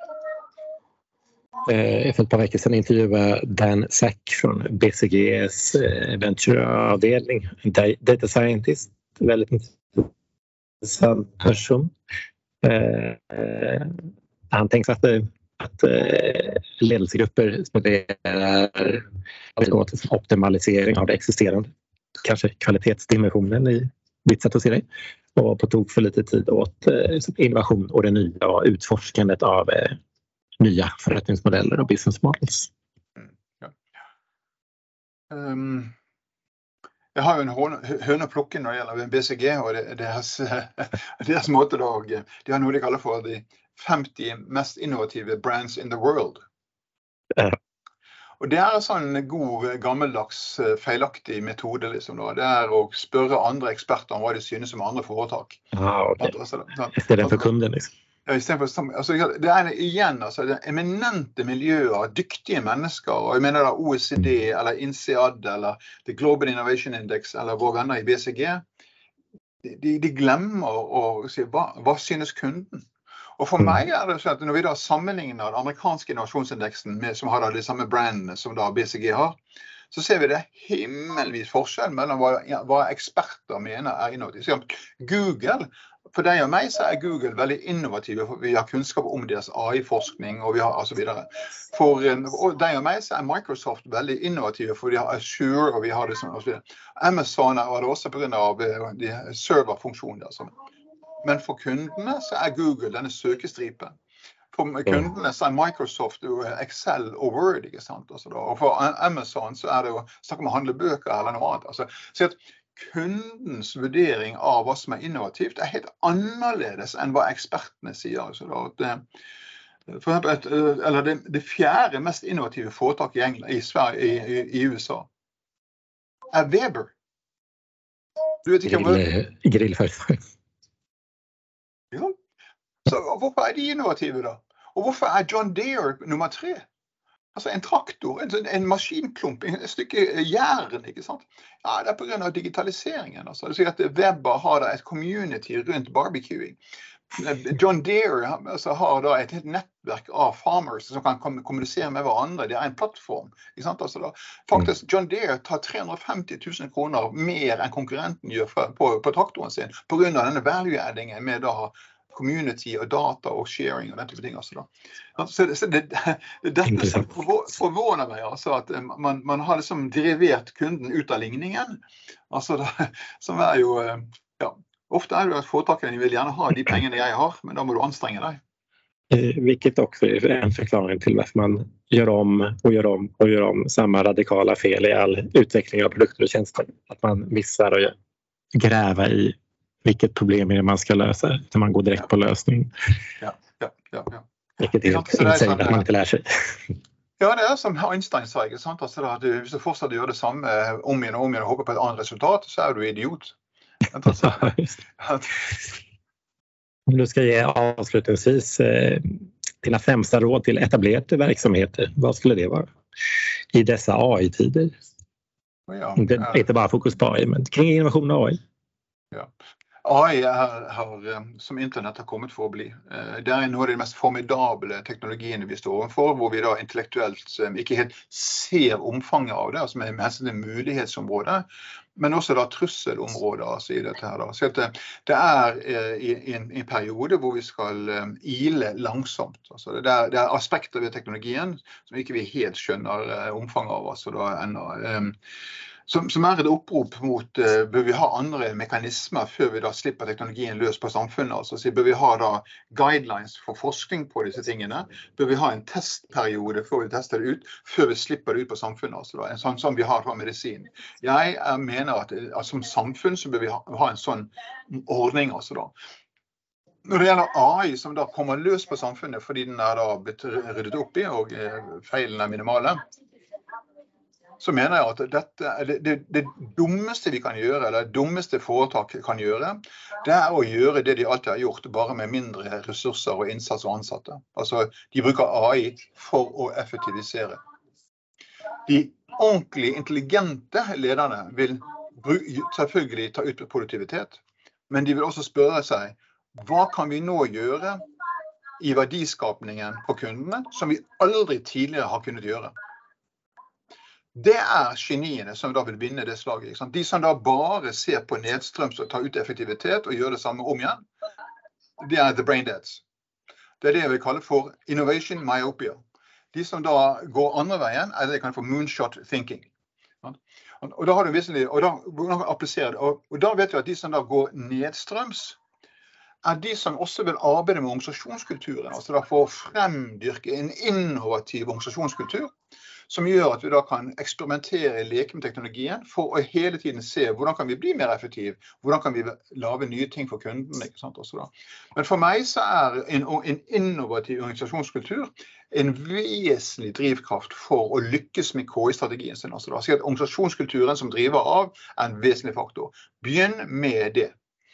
För ett par veckor sedan intervjuade Dan Sack från BCGs ventureavdelning, en data scientist, väldigt intressant person. Han tänkte att ledelsgrupper spenderar optimalisering av det existerande. Kanske kvalitetsdimensionen i ditt sätt att se det. Och på tok för lite tid åt innovation och det nya och utforskandet av nya förrättningsmodeller och business models. Jeg har jo en høne å plukke når det gjelder BCG, og deres måte da, de har noe de kaller for de 50 mest innovative brands in the world. Og det er en sånn god, gammeldags, feilaktig metode, liksom da. Det er å spørre andre eksperter om hva de synes om andre foretak. Okay. Det er det for kunden, liksom. Ja, i stedet for, altså, det er igjen, altså, det er eminente miljøer, dyktige mennesker, og jeg mener da OECD, eller INSEAD, eller The Global Innovation Index, eller våre venner i BCG, de glemmer å si, hva synes kunden? Og for meg er det sånn at når vi da sammenligner den amerikanske innovasjonsindeksen som har de samme brandene som da BCG har, så ser vi det himmelvis forskjell mellom hva eksperter mener er innovativt. Så Google, for deg og meg så er Google veldig innovative, for vi har kunnskap om deres AI-forskning og vi har og så videre. For deg og meg så er Microsoft veldig innovative, for de har Azure og vi har det sånn og så videre. Amazon var det også på grunn av de serverfunksjoner der sånn. Men for kundene så er Google denne søkestripen. For kundene så er Microsoft Excel og Word, ikke sant? Altså da. Og for Amazon så er det jo snakke om å handle bøker eller noe annet. Altså, så at kundens vurdering av hva som er innovativt er helt annerledes enn hva ekspertene sier. Altså da, for eksempel, eller det fjerde mest innovative foretak i Sverige, i USA, er Weber. Du vet ikke hva... Grillföretag. Ja. Så hvorfor er de innovative da? Och varför är John Deere nummer 3? Alltså en traktor, en maskinklump, ett stycke järn, ikke sant? Ja, det är på grund av digitaliseringen. Alltså. Det ser att Weber har ett community runt barbecuing. John Deere alltså, har då ett helt nätverk av farmers som kan kommunicera med varandra. Det är en plattform. Alltså då, faktiskt, John Deere tar 350 000 kronor mer än konkurrenten gör på traktorn sin på grund av den value-addingen med då community och data och sharing och den typen av ting. Så detta som förvånar mig alltså att man har liksom drivet kunden ut av ligningen. Alltså det, som är ju, ja, ofta är det att företagen vill gärna ha de pengarna jag har, men då måste du anstränga dig. Vilket också är en förklaring till varför man gör om samma radikala fel i all utveckling av produkter och tjänster. Att man missar att gräva i vilket problem är det man ska lösa när man går direkt på lösning. Ja. Vilket är helt insane att man inte lär sig. Ja, det är som Einstein sa, ikke sant? Alltså att om du fortsätter göra detsamma om igen och hoppa på ett annat resultat så är du idiot. Om du ska ge avslutningsvis dina främsta råd till etablerade verksamheter, vad skulle det vara i dessa AI-tider? Ja, inte bara fokus på AI, men kring innovation och AI. Ja. AI har som internet har kommit för att bli. Det är nog de mest formidabla teknologierna vi står inför, hvor vi då intellektuellt inte helt ser omfanget av det, som är mest ett möjlighetsområde, men också då trusselområde alltså i det här då. Så att det är i en period där vi ska ile långsamt. Alltså det är aspekter ved teknologien som inte vi helt skönner omfanget av alltså då ännu. Som är ett upprop mot, bör vi ha andra mekanismer för vi då slipper teknologien lös på samfunnet. Alltså, så bör vi ha då guidelines för forskning på dessa tingene. Bör vi ha en testperiod för vi testar det ut, för vi slipper det ut på samfunnet. Alltså, då, en sån som vi har för medicin. Jag menar att som samfunn så bör vi ha en sån ordning. Alltså, då. När det gäller AI som då kommer lös på samfunnet fordi den är då blitt ryddet upp i och feilen är minimala. Så menar jag att det dummaste vi kan göra, eller det dummaste företag kan göra, det är att göra det de alltid har gjort, bara med mindre resurser och insats och ansatta. Alltså, de brukar AI för att effektivisera. De ordentligt intelligenta ledarna vill selvfølgelig ta ut produktivitet, men de vill också spørre sig, vad kan vi nu göra i verdiskapningen på kunderna som vi aldrig tidigare har kunnat göra? Det är genierna som då vill vinna det slaget. Ikke sant? De som då bara ser på nedströms och tar ut effektivitet och gör det samma om igen, det är the brain deads. Det är det vi kallar för innovation myopia. De som då går andra vägen är det vi kallar för moonshot thinking. Och då har du visserligen, och då applicerar det, och då vet jag att de som då går nedströms är de som också vill arbeta med organisationskulturen, alltså då för att fremdyrke en innovativ organisationskultur som gör att vi då kan experimentera i lek med teknologien för att hela tiden se hur kan vi bli mer effektiv, hur kan vi lave nya ting för kunderna, ikke sant, også da. Men för mig så är en innovativ organisationskultur en väsentlig drivkraft för att lyckas med KI-strategien sin, altså da. Så att organisationskulturen som driver av är en väsentlig faktor. Begynn med det.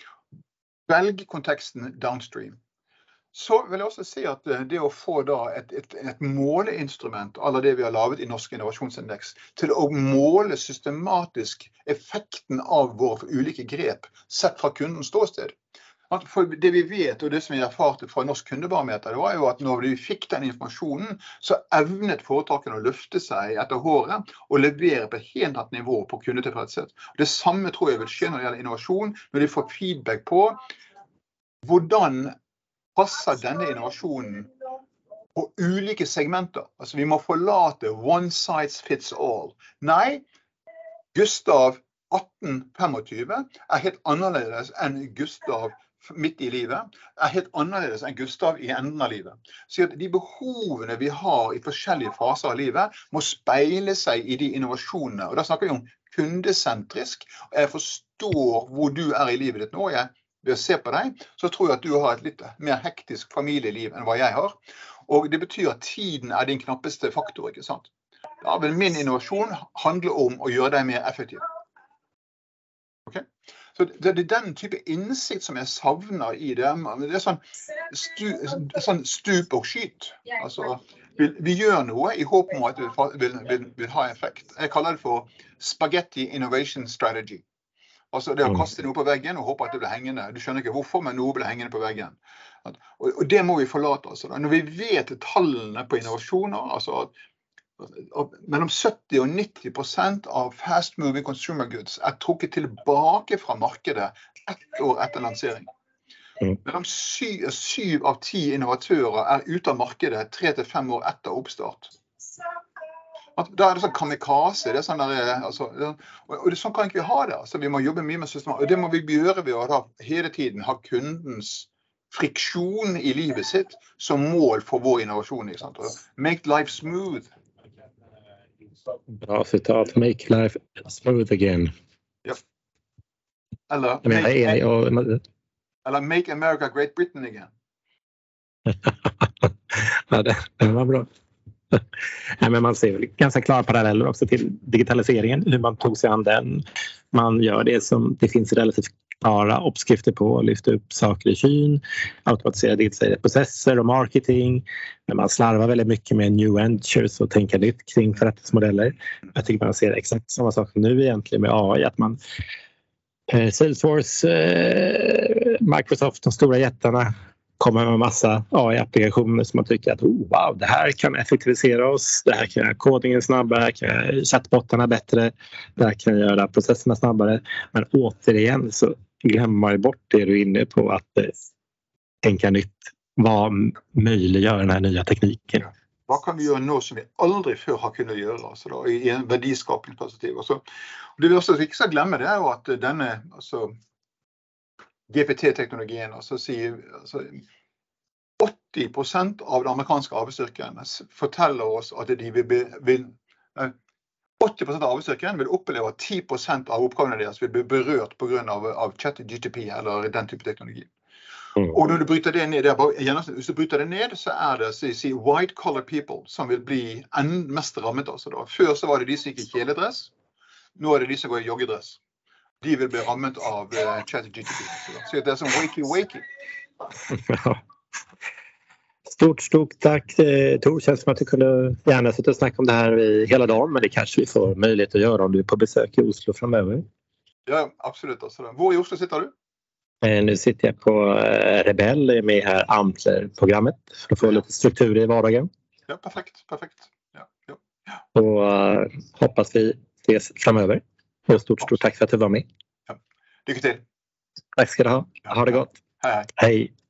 Välj kontexten downstream. Så vill jag också säga att det att få då ett måleinstrument, alla det vi har lavet i Norsk Innovationsindex, till att måle systematisk effekten av våra olika grep sett från kundens ståsted. För det vi vet och det som vi erfarte från Norsk Kundebarometer, det var ju att när vi fick den informationen så evnet företagen att lyfta sig efter håret och leverera på ett helt annat nivå på kundetillfredshet. Det samma tror jag vill ske när det gäller innovation, när de får feedback på hvordan passar denna innovationen på olika segmenter. Alltså vi må forlate one size fits all. Nej, Gustav 1825 är helt annorledes än Gustav mitt i livet, är helt annorledes än Gustav i enden av livet. Så att de behovene vi har i forskjellige faser av livet må speile sig i de innovationerna. Och där snackar vi om kundecentrisk. Jag förstår hvor du är i livet ditt nå. Ved å se på deg, så tror jeg at du har et litt mer hektisk familieliv enn hva jeg har. Og det betyr at tiden er din knappeste faktor, ikke sant? Da vil min innovasjon handle om å gjøre deg mer effektiv. Okay. Så det er den type innsikt som jeg savner i det. Det er sånn stup og skyt. Altså, vi gjør noe i håp om at det vil ha effekt. Jeg kaller det for spaghetti innovation strategy. Altså det å kaste noe på veggen og håpe at det blir hengende. Du skjønner ikke hvorfor, men noe blir hengende på veggen. Og det må vi forlate oss. Når vi vet tallene på innovasjoner, altså at mellom 70 og 90% av fast-moving consumer goods er trukket tilbake fra markedet 1 år etter lansering. Mellom 7 av 10 innovatører er ute av markedet 3 til 5 år etter oppstart. Da er det sånn kamikaze, det er sånn der, altså, og det, sånn kan ikke vi ha det. Altså, vi må jobbe mye med systemet, og det må vi gjøre ved å hele tiden ha kundens friksjon i livet sitt som mål for vår innovasjon. Ikke sant? Make life smooth. Bra citat, make life smooth again. Ja. Eller make America Great Britain again. Ja, det var bra. Ja, men man ser väl ganska klara paralleller också till digitaliseringen, hur man tog sig an den. Man gör det som det finns relativt klara uppskrifter på, lyfta upp saker i skyn, automatisera digitaliserade processer och marketing. Men man slarvar väldigt mycket med new ventures och tänka nytt kring förrättningsmodeller. Jag tycker man ser exakt samma sak nu egentligen med AI, att man Salesforce, Microsoft, de stora jättarna kommer med massa AI-applikationer som man tycker att wow, det här kan effektivisera oss, det här kan göra kodingen snabbare, det här kan göra chattbottarna bättre, det här kan göra processerna snabbare. Men återigen så glömmer man bort det du är inne på, att tänka nytt. Vad möjliggör den här nya tekniken? Ja. Vad kan vi göra nu som vi aldrig förr har kunnat göra, alltså då, i en verdiskapningsperspektiv? Och det vi också inte ska glömma, det är ju att denna, alltså, GPT-teknologien, altså sier 80% av den amerikanske arbeidsstyrken forteller oss at de 80% av arbeidsstyrken vil oppleve at 10% av oppgavene deres vil bli berørt på grunn av ChatGPT eller den type teknologi. Og når du bryter det ned, hvis du bryter det ned, så det white collar people som vil bli mest rammet. Altså da. Før så var det de som gikk i kjeledress, nå det de som går i joggedress. De vil bli rammet av ChatGPT. Så det som wakey. Stort tack Tor. Känns som att du kunde gärna sitta och snacka om det här i hela dagen, men det kanske vi får möjlighet att göra om du är på besök i Oslo framöver. Ja, absolut. Alltså. Var i Oslo sitter du? Nu sitter jag på Rebell med här Antler-programmet för att få lite struktur i vardagen. Ja, perfekt. Ja. Och hoppas vi ses framöver. Och stort tack för att du var med. Ja. Lycka till. Tack ska du ha. Ha det gott. Hej. Hej.